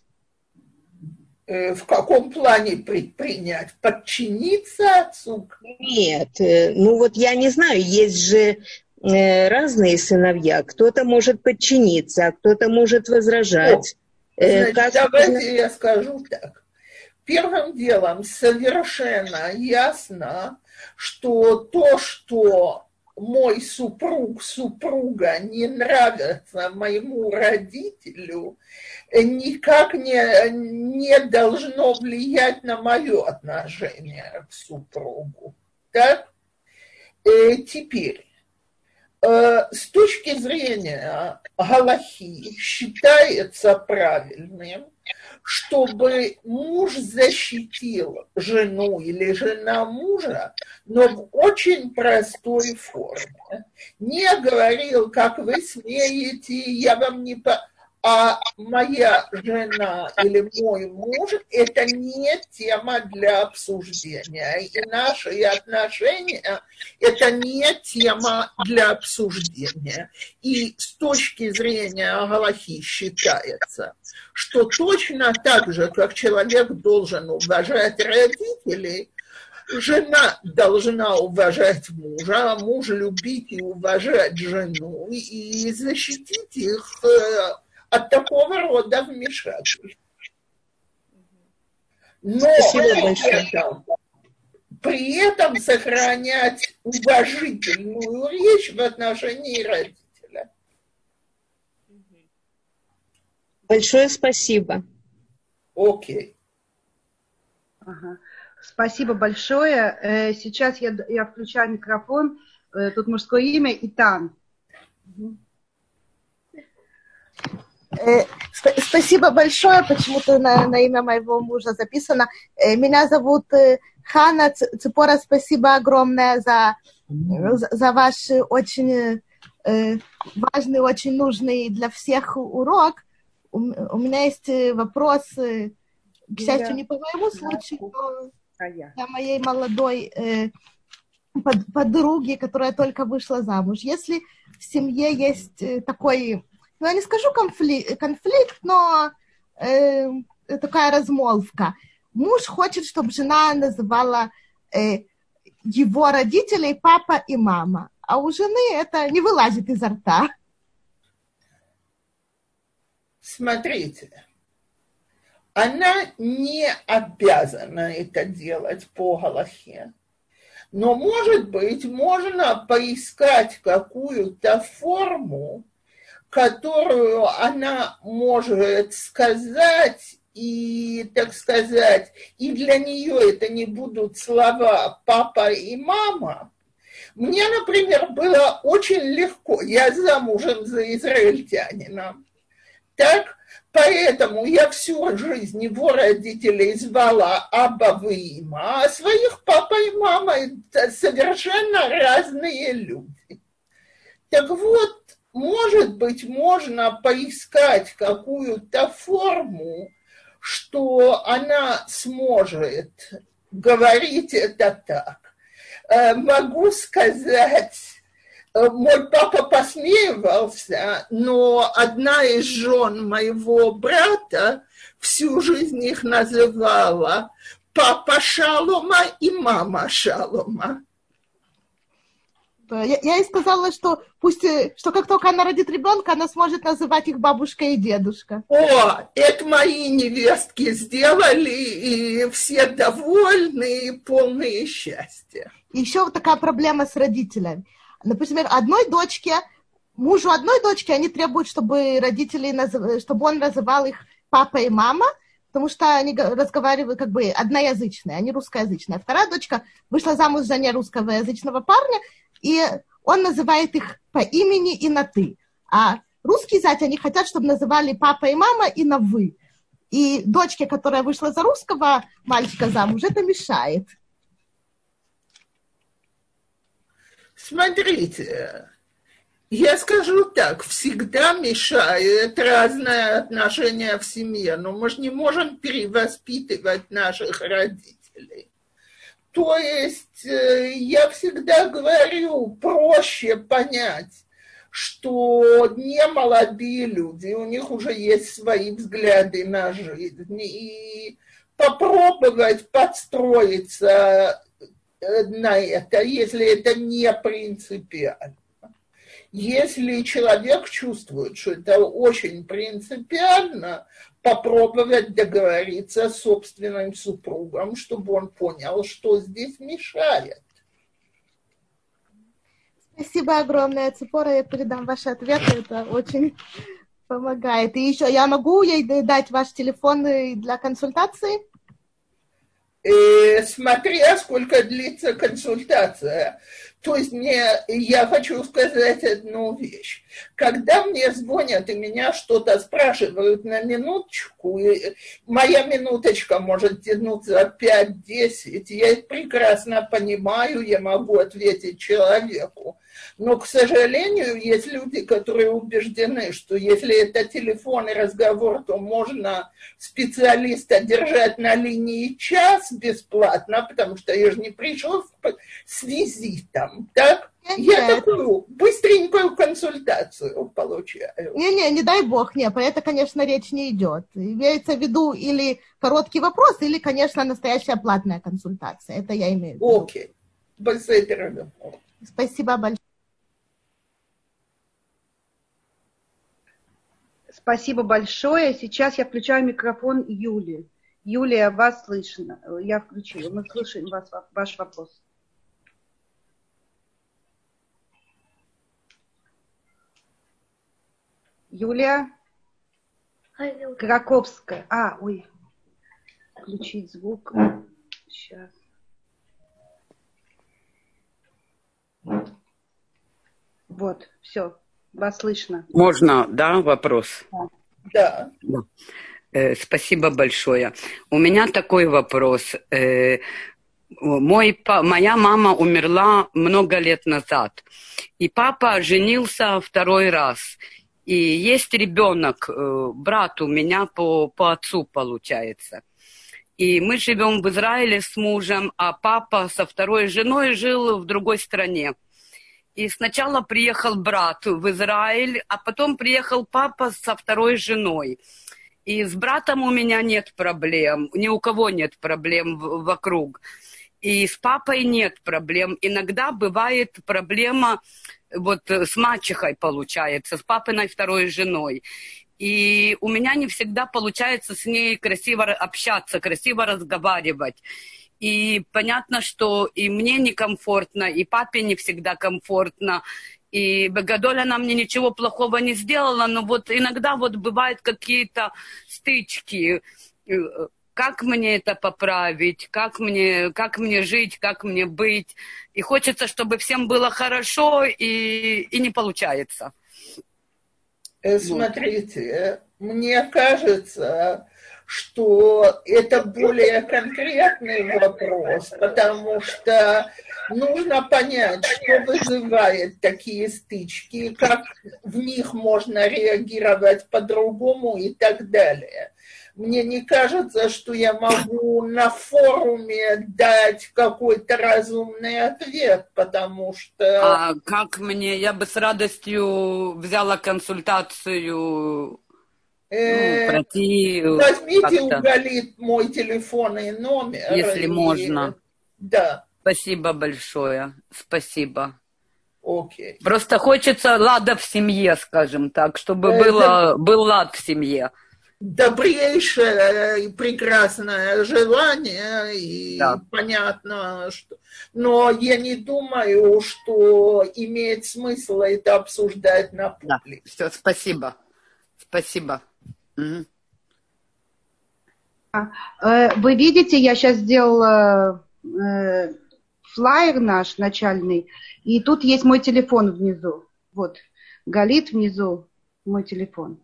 В каком плане предпринять? Подчиниться отцу? Нет, ну вот я не знаю, есть же разные сыновья. Кто-то может подчиниться, а кто-то может возражать. О, значит, как давайте можно... я скажу так. Первым делом совершенно ясно, что то, что мой супруг, супруга не нравится моему родителю, никак не, не должно влиять на мое отношение к супругу. Так? И теперь, с точки зрения галахи считается правильным, чтобы муж защитил жену или жена мужа, но в очень простой форме. Не говорил, как вы смеете, я вам не по... А моя жена или мой муж – это не тема для обсуждения. И наши отношения – это не тема для обсуждения. И с точки зрения галахи считается, что точно так же, как человек должен уважать родителей, жена должна уважать мужа, а муж любить и уважать жену и защитить их от такого рода вмешательств. Но при этом, при этом сохранять уважительную речь в отношении родителя. Большое спасибо. Окей. Ага. Спасибо большое. Сейчас я, я включаю микрофон. Тут мужское имя Итан. Спасибо большое, почему-то на, на имя моего мужа записано. Меня зовут Хана Ципора, спасибо огромное за, за ваш очень важный, очень нужный для всех урок. У, у меня есть вопрос, к счастью, не по моему случаю, но для моей молодой подруги, которая только вышла замуж. Если в семье есть такой... Ну, я не скажу конфликт, конфликт но э, такая размолвка. Муж хочет, чтобы жена называла э, его родителей папа и мама, а у жены это не вылазит изо рта. Смотрите, она не обязана это делать по галахе, но, может быть, можно поискать какую-то форму, которую она может сказать, и, так сказать, и для нее это не будут слова «папа» и «мама». Мне, например, было очень легко, я замужем за израильтянином, так, поэтому я всю жизнь его родителей звала Аба и Има, а своих папа и мама – это совершенно разные люди. Так вот, может быть, можно поискать какую-то форму, что она сможет говорить это так. могу сказать, мой папа посмеивался, но одна из жен моего брата всю жизнь их называла папа Шалома и мама Шалома. Я, я ей сказала, что пусть, что как только она родит ребенка, она сможет называть их бабушка и дедушка. О, это мои невестки сделали, и все довольны, и полные счастья. Еще вот такая проблема с родителями. Например, одной дочке, мужу одной дочки, они требуют, чтобы родители, назыв... чтобы он называл их папа и мама, потому что они разговаривают как бы одноязычные, они русскоязычные. А вторая дочка вышла замуж за нерусскоязычного парня, и он называет их по имени и на «ты». А русские зять, они хотят, чтобы называли папа и мама и на «вы». И дочке, которая вышла за русского мальчика замуж, это мешает. Смотрите, я скажу так, всегда мешает разное отношение в семье, но мы же не можем перевоспитывать наших родителей. То есть я всегда говорю, проще понять, что не молодые люди, у них уже есть свои взгляды на жизнь, и попробовать подстроиться на это, если это не принципиально. Если человек чувствует, что это очень принципиально, попробовать договориться с собственным супругом, чтобы он понял, что здесь мешает. Спасибо огромное, Ципора, я передам ваши ответы, это очень помогает. И еще я могу ей дать ваш телефон для консультации? Смотря сколько длится консультация. То есть мне, я хочу сказать одну вещь. Когда мне звонят и меня что-то спрашивают на минуточку, моя минуточка может тянуться пять-десять, я это прекрасно понимаю, я могу ответить человеку. Но, к сожалению, есть люди, которые убеждены, что если это телефон и разговор, то можно специалиста держать на линии час бесплатно, потому что я же не пришел с визитом, так? Нет, я нет. Такую быстренькую консультацию получаю. Не-не, не дай бог, нет, про это, конечно, речь не идет. Имеется в виду или короткий вопрос, или, конечно, настоящая платная консультация. Это я имею в виду. Окей. Okay. Спасибо большое. Спасибо большое. Сейчас я включаю микрофон Юли. Юлия, вас слышно. Я включила. Мы слышим вас, ваш вопрос. Юлия Краковская. А, ой. Включить звук. Сейчас. Вот, все. Вас слышно. Можно, да, вопрос? Да. да. Э, спасибо большое. У меня такой вопрос. Э, мой, моя мама умерла много лет назад, и папа женился второй раз. И есть ребенок, э, брат у меня по, по отцу получается. И мы живем в Израиле с мужем, а папа со второй женой жил в другой стране. И сначала приехал брат в Израиль, а потом приехал папа со второй женой. И с братом у меня нет проблем, ни у кого нет проблем вокруг. И с папой нет проблем. Иногда бывает проблема вот с мачехой получается, с папиной второй женой. И у меня не всегда получается с ней красиво общаться, красиво разговаривать. И понятно, что и мне некомфортно, и папе не всегда комфортно. И Бегадоль она мне ничего плохого не сделала, но вот иногда вот бывают какие-то стычки. Как мне это поправить, как мне, как мне жить, как мне быть. И хочется, чтобы всем было хорошо, и, и не получается. Смотрите, мне кажется, что это более конкретный вопрос, потому что нужно понять, что вызывает такие стычки, как в них можно реагировать по-другому и так далее. мне не кажется, что я могу на форуме дать какой-то разумный ответ, потому что... А как мне? Я бы с радостью взяла консультацию, ну, пройти возьмите у как-то, Галит мой телефонный номер. если и- можно. Да, Спасибо большое. Спасибо. окей. Просто хочется лада в семье, скажем так, чтобы Э, было, был лад в семье. Добрейшее и прекрасное желание, и Да. понятно, что... Но я не думаю, что имеет смысл это обсуждать на Да. публике. Все, спасибо. Спасибо. Мгм. Э, Вы видите, я сейчас сделала э, флаер наш начальный, и тут есть мой телефон внизу. Вот, Галит внизу, мой телефон.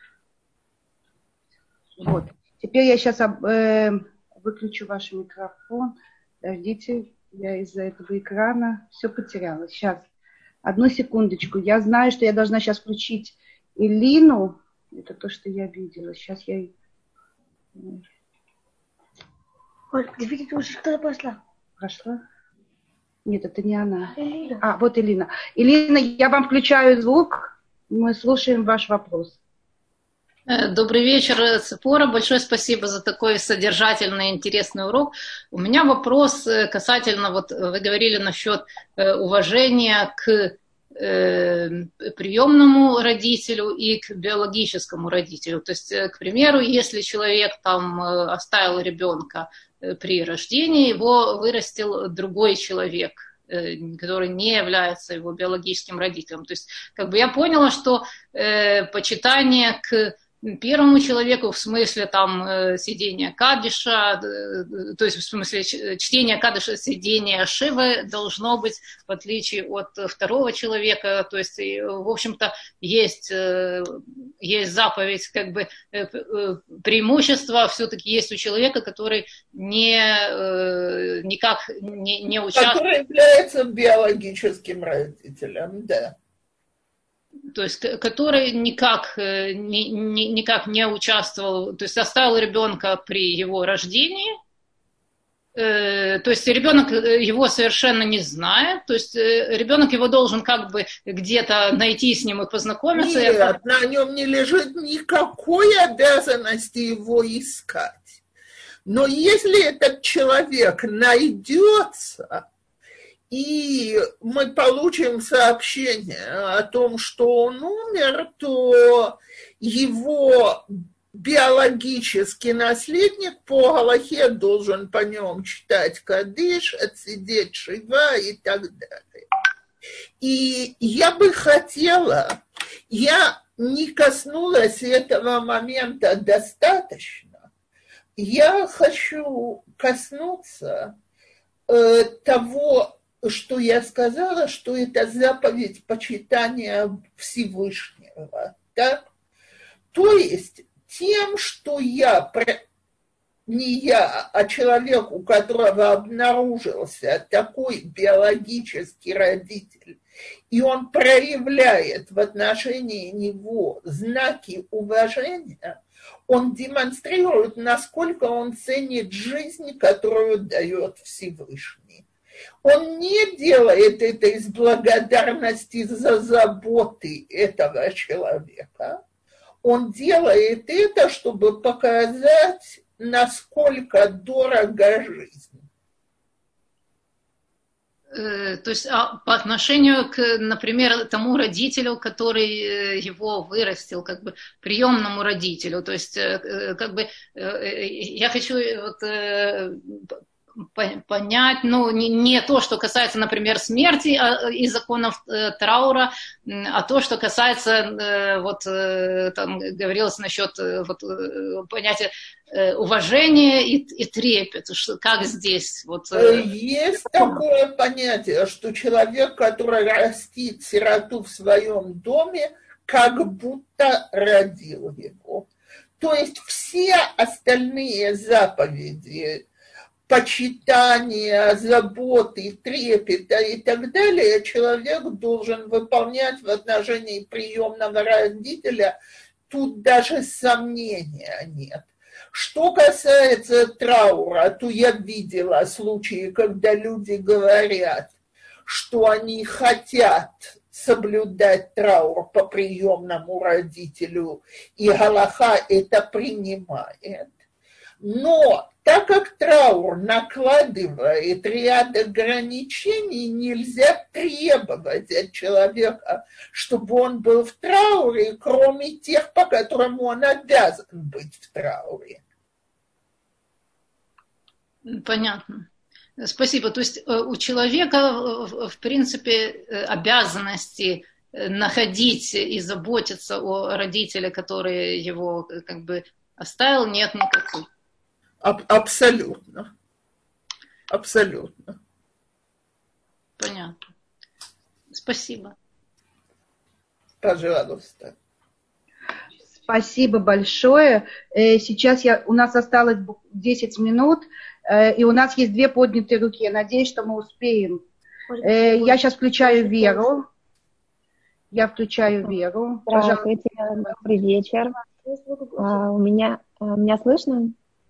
Вот. Теперь я сейчас э, выключу ваш микрофон. Подождите, я из-за этого экрана все потеряла. Сейчас, одну секундочку. Я знаю, что я должна сейчас включить Элину. Это то, что я видела. Сейчас я... Оль, видите, уже кто-то пошла. Прошла? Нет, это не она. Элина. А, вот Элина. Элина, я вам включаю звук. Мы слушаем ваш вопрос. Добрый вечер, Ципора. Большое спасибо за такой содержательный, интересный урок. У меня вопрос касательно, вот вы говорили насчет уважения к приемному родителю и к биологическому родителю. То есть, к примеру, если человек там оставил ребенка при рождении, его вырастил другой человек, который не является его биологическим родителем. То есть, как бы я поняла, что э, почитание к первому человеку в смысле там сидения Кадиша, то есть в смысле чтения Кадиша, сидения Шивы должно быть в отличие от второго человека, то есть в общем-то есть, есть заповедь, как бы преимущество все-таки есть у человека, который не, никак не, не участвует. Который является биологическим родителем, да. То есть, который никак, ни, ни, никак не участвовал, то есть оставил ребенка при его рождении, э, то есть ребенок его совершенно не знает, то есть ребенок его должен как бы где-то найти с ним и познакомиться. Нет, это... на нем не лежит никакой обязанности его искать. Но если этот человек найдется, и мы получим сообщение о том, что он умер, то его биологический наследник по галахе должен по нем читать кадиш, отсидеть шива и так далее. И я бы хотела, я не коснулась этого момента достаточно, я хочу коснуться э, того, что я сказала, что это заповедь почитания Всевышнего. Так? То есть тем, что я, не я, а человек, у которого обнаружился такой биологический родитель, и он проявляет в отношении него знаки уважения, он демонстрирует, насколько он ценит жизнь, которую дает Всевышний. Он не делает это из благодарности за заботы этого человека. Он делает это, чтобы показать, насколько дорога жизнь. То есть а по отношению к, например, тому родителю, который его вырастил, как бы приемному родителю, то есть как бы я хочу вот понять, ну, не, не то, что касается, например, смерти а, и законов э, траура, а то, что касается, э, вот, э, там говорилось насчет э, вот, э, понятия э, уважения и, и трепет, что, как здесь? Вот, э... Есть такое понятие, что человек, который растит сироту в своем доме, как будто родил его. То есть все остальные заповеди, почитания, заботы, трепета и так далее человек должен выполнять в отношении приемного родителя. Тут даже сомнения нет. Что касается траура, то я видела случаи, когда люди говорят, что они хотят соблюдать траур по приемному родителю, и галаха это принимает. Но так как траур накладывает ряд ограничений, нельзя требовать от человека, чтобы он был в трауре, кроме тех, по которым он обязан быть в трауре. Понятно. Спасибо. То есть у человека, в принципе, обязанности находить и заботиться о родителе, который его как бы оставил, нет никакой. Абсолютно. Абсолютно. Понятно. Спасибо. Пожалуйста. Спасибо большое. Сейчас я, у нас осталось десять минут, и у нас есть две поднятые руки. Я надеюсь, что мы успеем. Я сейчас включаю Веру. Я включаю Веру. Здравствуйте, добрый вечер. А, у меня, меня слышно?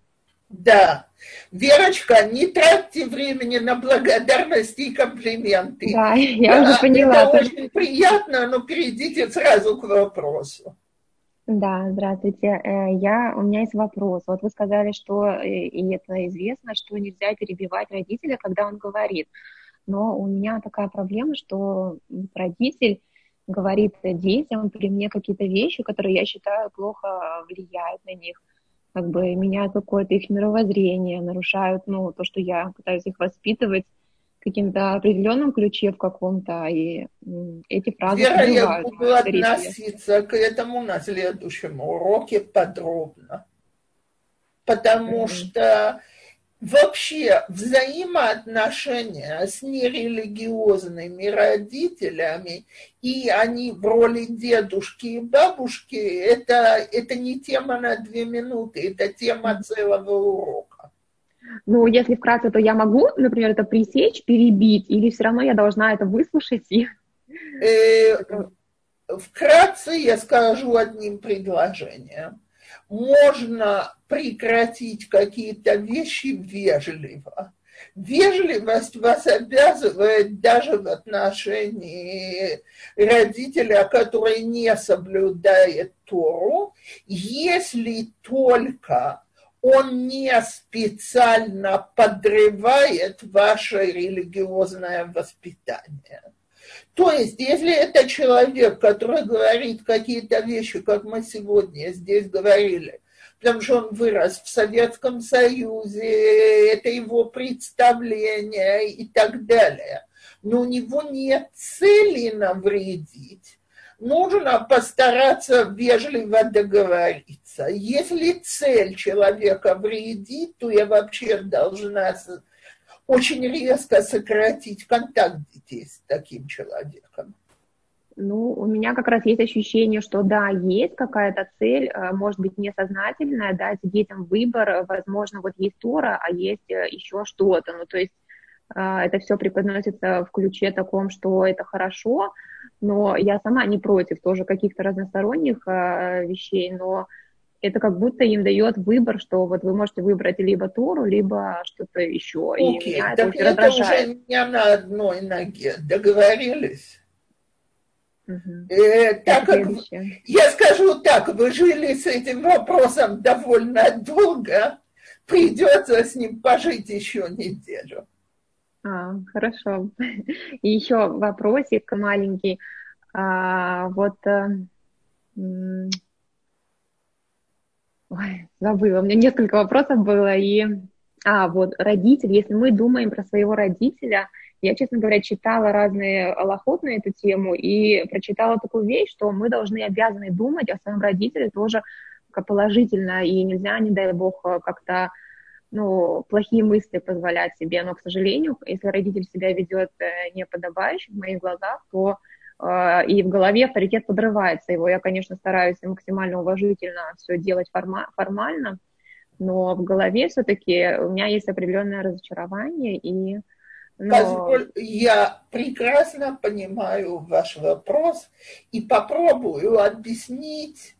Да. Верочка, не тратьте времени на благодарности и комплименты. Да, я уже поняла. Это очень приятно, но перейдите сразу к вопросу. Да, здравствуйте. Я, у меня есть вопрос. Вот вы сказали, что, и это известно, что нельзя перебивать родителя, когда он говорит. Но у меня такая проблема, что родитель говорит детям при мне какие-то вещи, которые я считаю плохо влияют на них, как бы меняют какое-то их мировоззрение, нарушают, ну, то, что я пытаюсь их воспитывать в каким-то определенном ключе в каком-то, и эти фразы Вера, я убивают буду относиться к этому на следующем уроке подробно, потому mm-hmm. что вообще взаимоотношения с нерелигиозными родителями, и они в роли дедушки и бабушки, это, это не тема на две минуты, это тема целого урока. Ну, если вкратце, то я могу, например, это пресечь, перебить, или все равно я должна это выслушать? И... Э, вкратце я скажу одним предложением. Можно прекратить какие-то вещи вежливо. Вежливость вас обязывает даже в отношении родителя, который не соблюдает Тору, если только он не специально подрывает ваше религиозное воспитание. То есть, если это человек, который говорит какие-то вещи, как мы сегодня здесь говорили, потому что он вырос в Советском Союзе, это его представление и так далее, но у него нет цели навредить, нужно постараться вежливо договориться. Если цель человека вредит, то я вообще должна очень резко сократить контакт детей с таким человеком. Ну, у меня как раз есть ощущение, что да, есть какая-то цель, может быть, несознательная, дать детям выбор, возможно, вот есть Тора, а есть еще что-то. Ну, то есть это все преподносится в ключе таком, что это хорошо, но я сама не против тоже каких-то разносторонних вещей, но это как будто им дает выбор, что вот вы можете выбрать либо Тору, либо что-то еще. Окей, и меня так это, это раздражает. уже не на одной ноге. Договорились? Угу. Э, так как, я скажу так, вы жили с этим вопросом довольно долго, придется с ним пожить еще неделю. А, хорошо. И еще вопросик маленький. А, вот... Ой, забыла, у меня несколько вопросов было, и... А, вот, родитель, если мы думаем про своего родителя, я, честно говоря, читала разные алахот на эту тему и прочитала такую вещь, что мы должны, обязаны думать о своем родителе тоже как положительно, и нельзя, не дай бог, как-то, ну, плохие мысли позволять себе, но, к сожалению, если родитель себя ведет неподобающе в моих глазах, то и в голове авторитет подрывается его. Я, конечно, стараюсь максимально уважительно все делать форма- формально, но в голове все-таки у меня есть определенное разочарование. И, но... Позволь, я прекрасно понимаю ваш вопрос и попробую объяснить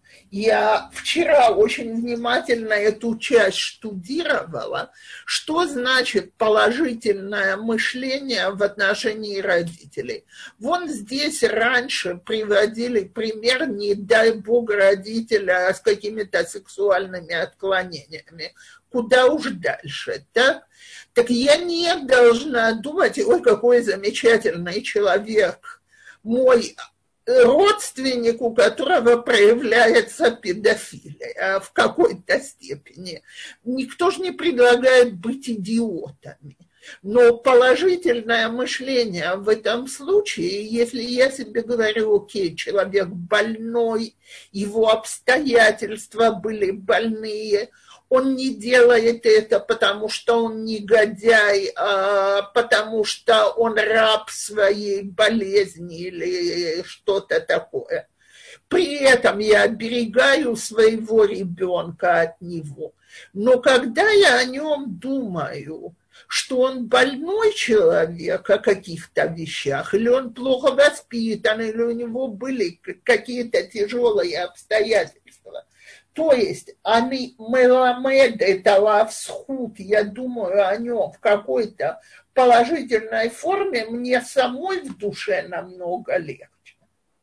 Я вчера очень внимательно эту часть штудировала, что значит положительное мышление в отношении родителей. Вон здесь раньше приводили пример, не дай бог, родителя с какими-то сексуальными отклонениями. Куда уж дальше, так? Так я не должна думать, ой, какой замечательный человек, мой родственник, у которого проявляется педофилия в какой-то степени. Никто же не предлагает быть идиотами. Но положительное мышление в этом случае, если я себе говорю, окей, человек больной, его обстоятельства были больные, он не делает это, потому что он негодяй, а потому что он раб своей болезни или что-то такое. При этом я оберегаю своего ребенка от него. Но когда я о нем думаю, что он больной человек о каких-то вещах, или он плохо воспитан, или у него были какие-то тяжелые обстоятельства, то есть они меламед это лавсхут, я думаю о нем в какой-то положительной форме, мне самой в душе намного легче.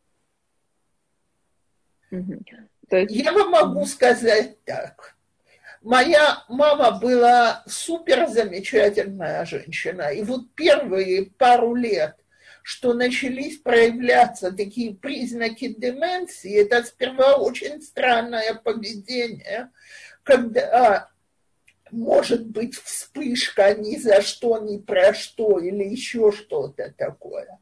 Mm-hmm. То есть... Я вам могу сказать так. Моя мама была супер замечательная женщина, и вот первые пару лет, что начались проявляться такие признаки деменции, это сперва очень странное поведение, когда может быть вспышка ни за что, ни про что, или еще что-то такое.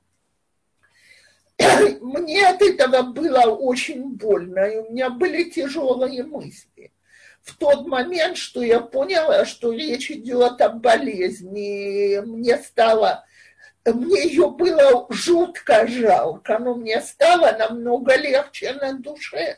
Мне от этого было очень больно, и у меня были тяжелые мысли. В тот момент, что я поняла, что речь идет о болезни, мне стало... Мне ее было жутко жалко, но мне стало намного легче на душе.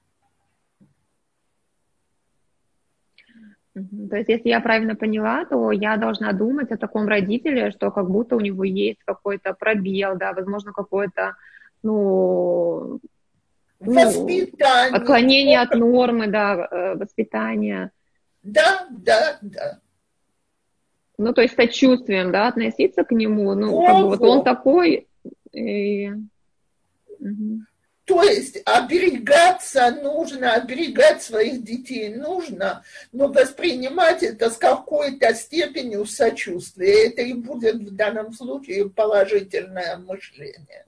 То есть, если я правильно поняла, то я должна думать о таком родителе, что как будто у него есть какой-то пробел, да, возможно, какое-то, ну, воспитание, ну отклонение от нормы, да, воспитание. Да, да, да. Ну, то есть сочувствием, да, относиться к нему, ну, как бы вот он такой. И... Угу. То есть оберегаться нужно, оберегать своих детей нужно, но воспринимать это с какой-то степенью сочувствия. Это и будет в данном случае положительное мышление.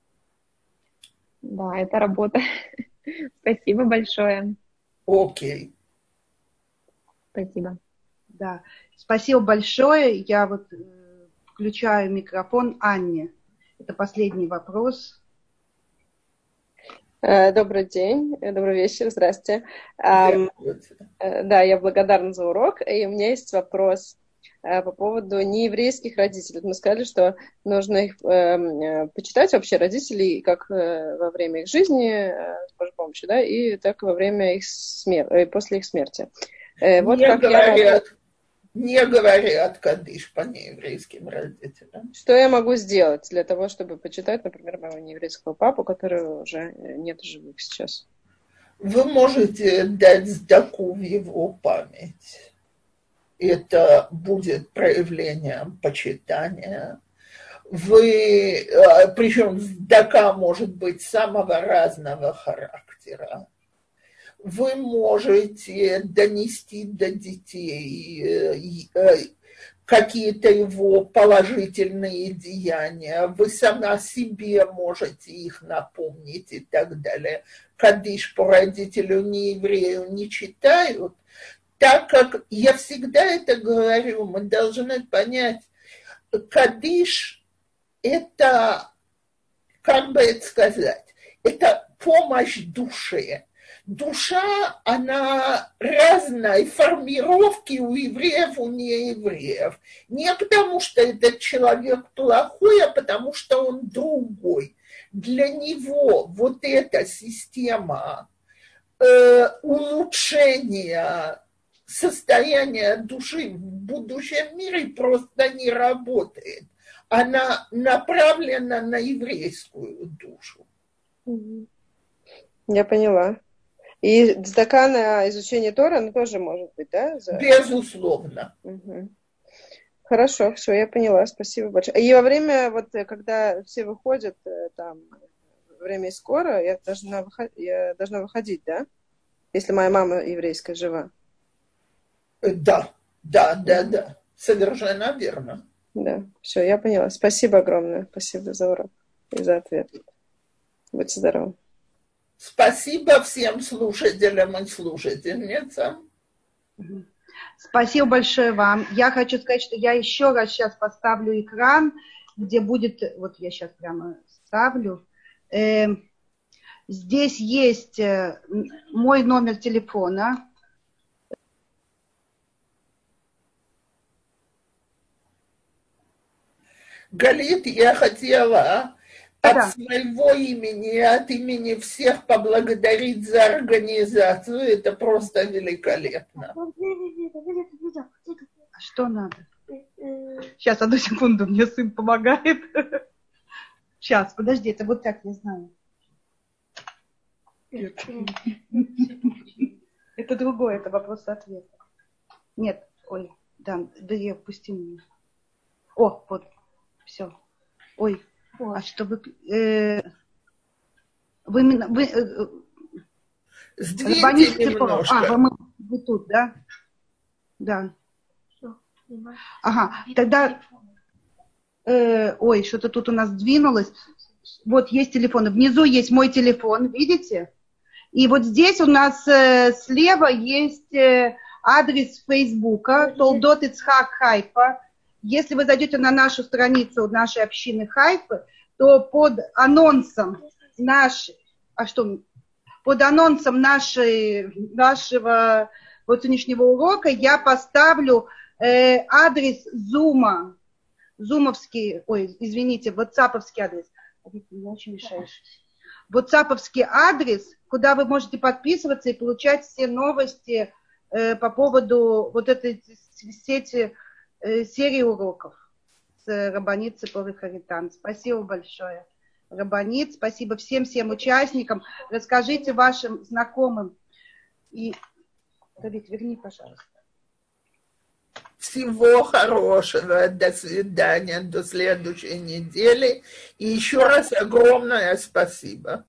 Да, это работа. Спасибо большое. Окей. Спасибо. Да. Спасибо большое. Я вот э, включаю микрофон Анне. Это последний вопрос. Добрый день, добрый вечер, здрасте. Здравствуйте. Да, я благодарна за урок, и у меня есть вопрос по поводу нееврейских родителей. Мы сказали, что нужно их э, почитать вообще родителей как во время их жизни, с Божьей помощью, да, и так во время их смерти, после их смерти. Вот не как говорят, я... не говорят кадиш по нееврейским родителям. Что я могу сделать для того, чтобы почитать, например, моего нееврейского папу, которого уже нет живых сейчас? Вы можете дать сдаку в его память. Это будет проявлением почитания. Вы, причем сдака может быть самого разного характера. Вы можете донести до детей какие-то его положительные деяния, вы сама себе можете их напомнить и так далее. Кадиш по родителю нееврею не читают, так как я всегда это говорю, мы должны понять, кадиш – это, как бы это сказать, это помощь душе. Душа, она разной формировки у евреев, у неевреев. Не потому, что этот человек плохой, а потому, что он другой. Для него вот эта система э, улучшения состояния души в будущем мире просто не работает. Она направлена на еврейскую душу. Я поняла. И цдака на изучение Тора, она тоже может быть, да? За... Безусловно. Угу. Хорошо, все, я поняла, спасибо большое. И во время, вот, когда все выходят, там, время скоро, я должна, выход... я должна выходить, да? Если моя мама еврейская жива. Да, да, да, да. Совершенно верно. Да, все, я поняла. Спасибо огромное. Спасибо за урок и за ответ. Будьте здоровы. Спасибо всем слушателям и слушательницам. Спасибо большое вам. Я хочу сказать, что я еще раз сейчас поставлю экран, где будет, вот я сейчас прямо ставлю. Э, здесь есть э, мой номер телефона. Галит, я хотела Да. от своего имени и от имени всех поблагодарить за организацию. Это просто великолепно. Что надо? Сейчас, одну секунду, мне сын помогает. Сейчас, подожди, это вот так, не знаю. Это другое, это вопрос-ответ. Нет, ой, да, да я пусти меня. О, вот, все. Ой, а чтобы... Э, вы... вы э, Сдвиньте немножко. А, вы, вы тут, да? Да. Ага, тогда... Э, ой, что-то тут у нас двинулось. Вот есть телефон. Внизу есть мой телефон, видите? И вот здесь у нас э, слева есть э, адрес Фейсбука Толдот Ицхак Хайфа. Если вы зайдете на нашу страницу нашей общины Хайфы, то под анонсом наш, а что, под анонсом нашей, нашего вот сегодняшнего урока я поставлю э, адрес Зума, зумовский, ой, извините, ватсаповский адрес. Ты мне очень мешаешь. Ватсаповский адрес, куда вы можете подписываться и получать все новости э, по поводу вот этой сети, э, серии уроков с Рабанит Ципорой Харитан. Спасибо большое, Рабанит. Спасибо всем-всем участникам. Расскажите вашим знакомым. И, Давид, верни, пожалуйста. Всего хорошего. До свидания. До следующей недели. И еще раз огромное спасибо.